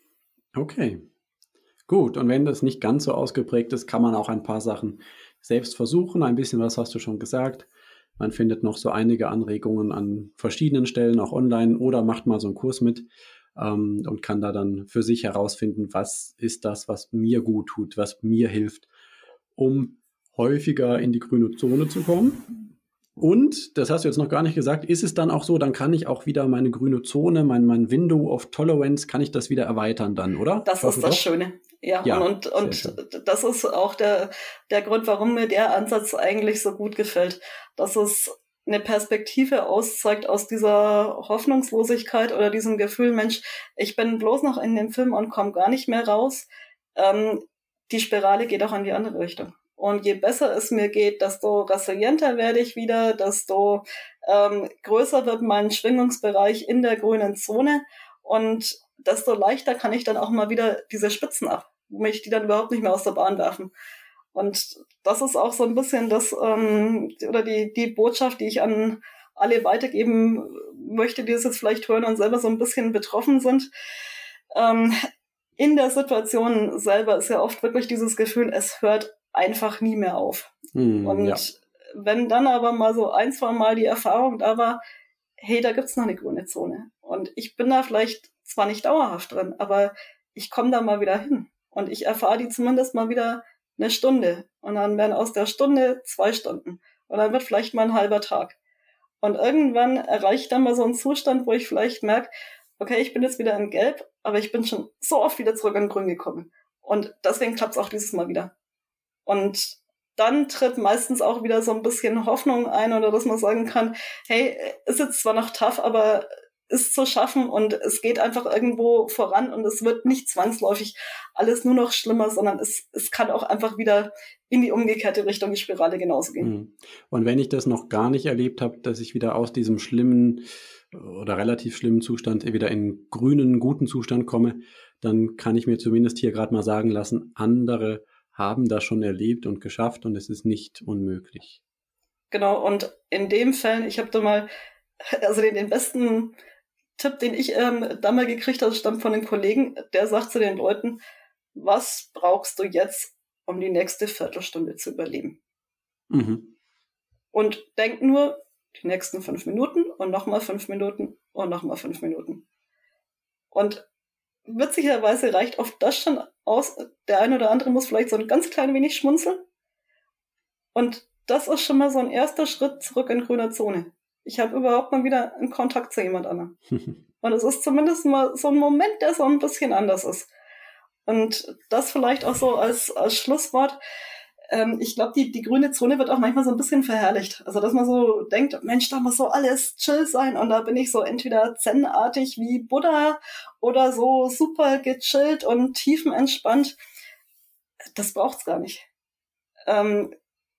Okay. Gut, und wenn das nicht ganz so ausgeprägt ist, kann man auch ein paar Sachen selbst versuchen. Ein bisschen was hast du schon gesagt. Man findet noch so einige Anregungen an verschiedenen Stellen, auch online, oder macht mal so einen Kurs mit ähm, und kann da dann für sich herausfinden, was ist das, was mir gut tut, was mir hilft, um häufiger in die grüne Zone zu kommen. Und, das hast du jetzt noch gar nicht gesagt, ist es dann auch so, dann kann ich auch wieder meine grüne Zone, mein, mein Window of Tolerance, kann ich das wieder erweitern dann, oder? Das ist das doch Schöne. Ja, ja, und, und, und das ist auch der, der Grund, warum mir der Ansatz eigentlich so gut gefällt. Dass es eine Perspektive auszeigt aus dieser Hoffnungslosigkeit oder diesem Gefühl, Mensch, ich bin bloß noch in dem Film und komme gar nicht mehr raus. Ähm, die Spirale geht auch in die andere Richtung. Und je besser es mir geht, desto resilienter werde ich wieder, desto ähm, größer wird mein Schwingungsbereich in der grünen Zone und desto leichter kann ich dann auch mal wieder diese Spitzen ab, wo mich die dann überhaupt nicht mehr aus der Bahn werfen. Und das ist auch so ein bisschen das ähm, oder die die Botschaft, die ich an alle weitergeben möchte, die es jetzt vielleicht hören und selber so ein bisschen betroffen sind. Ähm, in der Situation selber ist ja oft wirklich dieses Gefühl, es hört einfach nie mehr auf. Mm, und ja. Wenn dann aber mal so ein, zwei Mal die Erfahrung da war, hey, da gibt's noch eine grüne Zone. Und ich bin da vielleicht zwar nicht dauerhaft drin, aber ich komme da mal wieder hin. Und ich erfahre die zumindest mal wieder eine Stunde. Und dann werden aus der Stunde zwei Stunden. Und dann wird vielleicht mal ein halber Tag. Und irgendwann erreiche ich dann mal so einen Zustand, wo ich vielleicht merke, okay, ich bin jetzt wieder in Gelb, aber ich bin schon so oft wieder zurück in Grün gekommen. Und deswegen klappt's auch dieses Mal wieder. Und dann tritt meistens auch wieder so ein bisschen Hoffnung ein oder dass man sagen kann, hey, ist jetzt zwar noch tough, aber ist zu schaffen und es geht einfach irgendwo voran und es wird nicht zwangsläufig alles nur noch schlimmer, sondern es, es kann auch einfach wieder in die umgekehrte Richtung, die Spirale genauso gehen. Und wenn ich das noch gar nicht erlebt habe, dass ich wieder aus diesem schlimmen oder relativ schlimmen Zustand wieder in grünen, guten Zustand komme, dann kann ich mir zumindest hier gerade mal sagen lassen, andere haben das schon erlebt und geschafft und es ist nicht unmöglich. Genau, und in dem Fall, ich habe da mal, also den, den besten Tipp, den ich ähm, da mal gekriegt habe, stammt von einem Kollegen, der sagt zu den Leuten, was brauchst du jetzt, um die nächste Viertelstunde zu überleben? Mhm. Und denk nur, die nächsten fünf Minuten und nochmal fünf Minuten und nochmal fünf Minuten. Und witzigerweise reicht oft das schon aus. Der eine oder andere muss vielleicht so ein ganz klein wenig schmunzeln. Und das ist schon mal so ein erster Schritt zurück in grüner Zone. Ich habe überhaupt mal wieder einen Kontakt zu jemand anderem. Und es ist zumindest mal so ein Moment, der so ein bisschen anders ist. Und das vielleicht auch so als, als Schlusswort. Ähm, ich glaube, die, die grüne Zone wird auch manchmal so ein bisschen verherrlicht. Also, dass man so denkt, Mensch, da muss so alles chill sein. Und da bin ich so entweder zen-artig wie Buddha oder so super gechillt und tiefenentspannt. Das braucht's gar nicht. Ähm,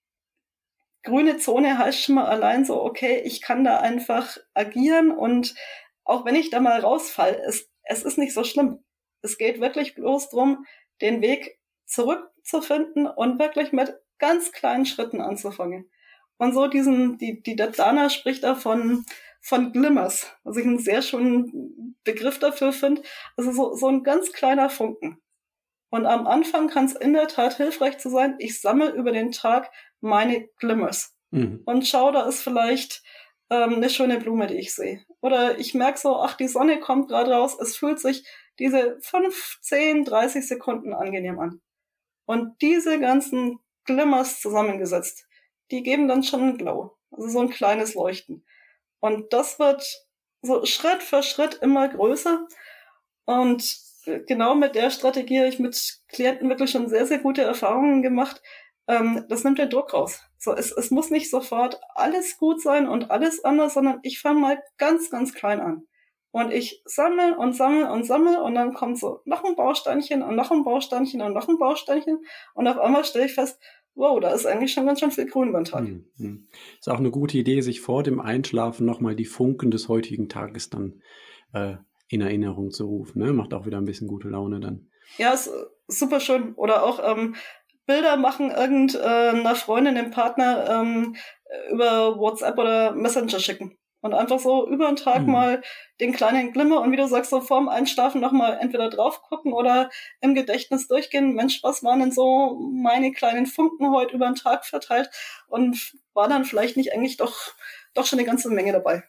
grüne Zone heißt schon mal allein so, okay, ich kann da einfach agieren und auch wenn ich da mal rausfall, es, es ist nicht so schlimm. Es geht wirklich bloß drum, den Weg zurückzufinden und wirklich mit ganz kleinen Schritten anzufangen. Und so diesen, die, die Dana spricht da von, von Glimmers, was ich einen sehr schönen Begriff dafür finde. Also so, so ein ganz kleiner Funken. Und am Anfang kann es in der Tat hilfreich zu sein, ich sammle über den Tag meine Glimmers. Mhm. Und schau, da ist vielleicht ähm, eine schöne Blume, die ich sehe. Oder ich merke so, ach, die Sonne kommt gerade raus, es fühlt sich diese fünf, zehn, dreißig Sekunden angenehm an. Und diese ganzen Glimmers zusammengesetzt, die geben dann schon einen Glow. Also so ein kleines Leuchten. Und das wird so Schritt für Schritt immer größer. Und genau mit der Strategie habe ich mit Klienten wirklich schon sehr, sehr gute Erfahrungen gemacht. Ähm, das nimmt den Druck raus. So, es, es muss nicht sofort alles gut sein und alles anders, sondern ich fange mal ganz, ganz klein an. Und ich sammle und sammle und sammle und dann kommt so noch ein Bausteinchen und noch ein Bausteinchen und noch ein Bausteinchen und auf einmal stelle ich fest, wow, da ist eigentlich schon ganz schön viel Grün beim Tag. Hm, hm. Ist auch eine gute Idee, sich vor dem Einschlafen nochmal die Funken des heutigen Tages dann äh, in Erinnerung zu rufen. Ne? Macht auch wieder ein bisschen gute Laune dann. Ja, ist super schön. Oder auch ähm, Bilder machen irgendeiner Freundin, dem Partner ähm, über WhatsApp oder Messenger schicken. Und einfach so über den Tag mhm. mal den kleinen Glimmer und wie du sagst, so vorm Einschlafen nochmal entweder drauf gucken oder im Gedächtnis durchgehen. Mensch, was waren denn so meine kleinen Funken heute über den Tag verteilt? Und war dann vielleicht nicht eigentlich doch, doch schon eine ganze Menge dabei.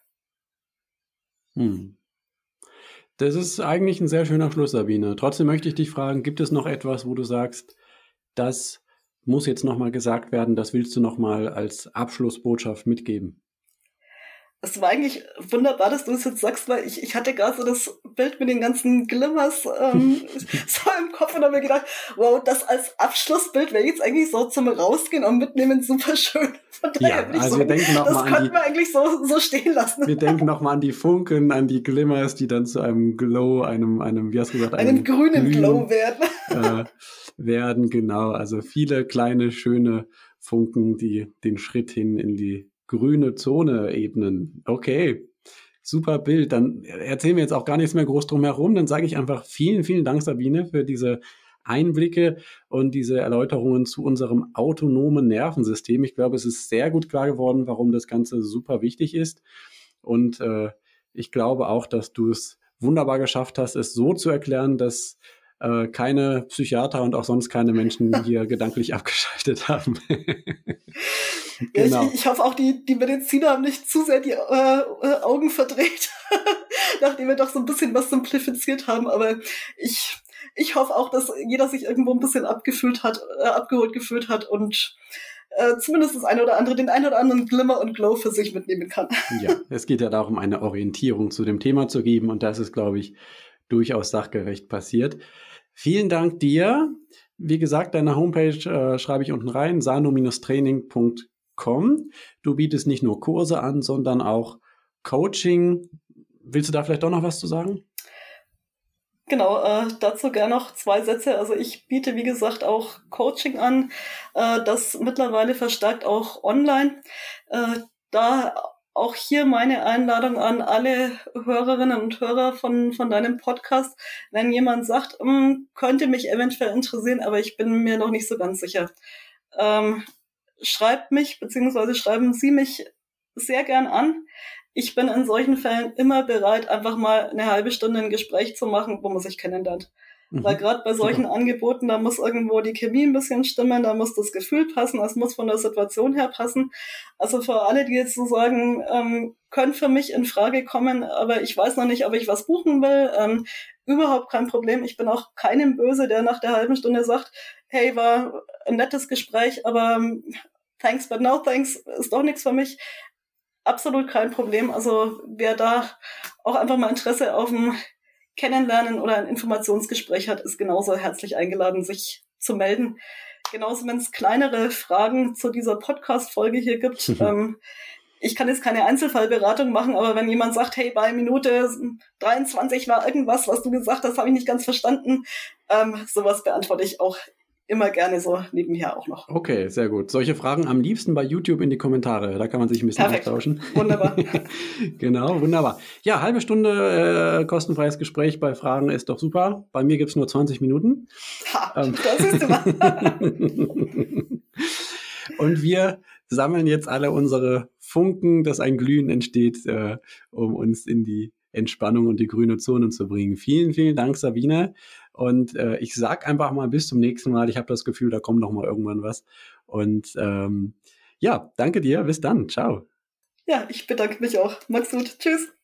Hm. Das ist eigentlich ein sehr schöner Schluss, Sabine. Trotzdem möchte ich dich fragen, gibt es noch etwas, wo du sagst, das muss jetzt nochmal gesagt werden, das willst du nochmal als Abschlussbotschaft mitgeben? Es war eigentlich wunderbar, dass du es jetzt sagst, weil ich, ich hatte gerade so das Bild mit den ganzen Glimmers ähm, so im Kopf und habe mir gedacht, wow, das als Abschlussbild wäre jetzt eigentlich so zum Rausgehen und mitnehmen super schön. Von daher ja, also so, wir denken noch das mal an könnten die, wir eigentlich so, so stehen lassen. Wir denken nochmal an die Funken, an die Glimmers, die dann zu einem Glow, einem, einem wie hast du gesagt, einem, einem grünen Glühen, Glow werden. äh, werden, genau. Also viele kleine, schöne Funken, die den Schritt hin in die grüne Zone ebnen. Okay, super Bild. Dann erzählen wir jetzt auch gar nichts mehr groß drum herum. Dann sage ich einfach vielen, vielen Dank, Sabine, für diese Einblicke und diese Erläuterungen zu unserem autonomen Nervensystem. Ich glaube, es ist sehr gut klar geworden, warum das Ganze super wichtig ist. Und äh, ich glaube auch, dass du es wunderbar geschafft hast, es so zu erklären, dass äh, keine Psychiater und auch sonst keine Menschen hier gedanklich abgeschaltet haben. Genau. Ja, ich, ich hoffe auch, die, die Mediziner haben nicht zu sehr die äh, Augen verdreht, nachdem wir doch so ein bisschen was simplifiziert haben. Aber ich, ich hoffe auch, dass jeder sich irgendwo ein bisschen abgefühlt hat, äh, abgeholt gefühlt hat und äh, zumindest das eine oder andere, den einen oder anderen Glimmer und Glow für sich mitnehmen kann. Ja, es geht ja darum, eine Orientierung zu dem Thema zu geben und das ist, glaube ich, durchaus sachgerecht passiert. Vielen Dank dir. Wie gesagt, deine Homepage äh, schreibe ich unten rein, sano Training Punkt com. Du bietest nicht nur Kurse an, sondern auch Coaching. Willst du da vielleicht doch noch was zu sagen? Genau, äh, dazu gerne noch zwei Sätze. Also ich biete, wie gesagt, auch Coaching an, äh, das mittlerweile verstärkt auch online. Äh, da auch hier meine Einladung an alle Hörerinnen und Hörer von, von deinem Podcast. Wenn jemand sagt, könnte mich eventuell interessieren, aber ich bin mir noch nicht so ganz sicher. Ähm, schreibt mich, beziehungsweise schreiben Sie mich sehr gern an. Ich bin in solchen Fällen immer bereit, einfach mal eine halbe Stunde ein Gespräch zu machen, wo man sich kennenlernt. Mhm. Weil gerade bei solchen Super. Angeboten, da muss irgendwo die Chemie ein bisschen stimmen, da muss das Gefühl passen, es muss von der Situation her passen. Also für alle, die jetzt so sagen, ähm, können für mich in Frage kommen, aber ich weiß noch nicht, ob ich was buchen will, ähm, überhaupt kein Problem. Ich bin auch keinem böse, der nach der halben Stunde sagt, hey, war ein nettes Gespräch, aber thanks, but no thanks, ist doch nichts für mich. Absolut kein Problem. Also wer da auch einfach mal Interesse auf ein Kennenlernen oder ein Informationsgespräch hat, ist genauso herzlich eingeladen, sich zu melden. Genauso, wenn es kleinere Fragen zu dieser Podcast-Folge hier gibt. ähm, ich kann jetzt keine Einzelfallberatung machen, aber wenn jemand sagt, hey, bei Minute dreiundzwanzig war irgendwas, was du gesagt hast, habe ich nicht ganz verstanden, ähm, sowas beantworte ich auch immer gerne so nebenher auch noch. Okay, sehr gut. Solche Fragen am liebsten bei YouTube in die Kommentare. Da kann man sich ein bisschen Perfekt. Austauschen. Wunderbar. Genau, wunderbar. Ja, halbe Stunde äh, kostenfreies Gespräch bei Fragen ist doch super. Bei mir gibt's nur zwanzig Minuten. Ha, ähm. das ist immer. Und wir sammeln jetzt alle unsere Funken, dass ein Glühen entsteht, äh, um uns in die Entspannung und die grüne Zone zu bringen. Vielen, vielen Dank, Sabine. Und äh, ich sag einfach mal bis zum nächsten Mal. Ich habe das Gefühl, da kommt noch mal irgendwann was. Und ähm, ja, danke dir. Bis dann. Ciao. Ja, ich bedanke mich auch. Mach's gut. Tschüss.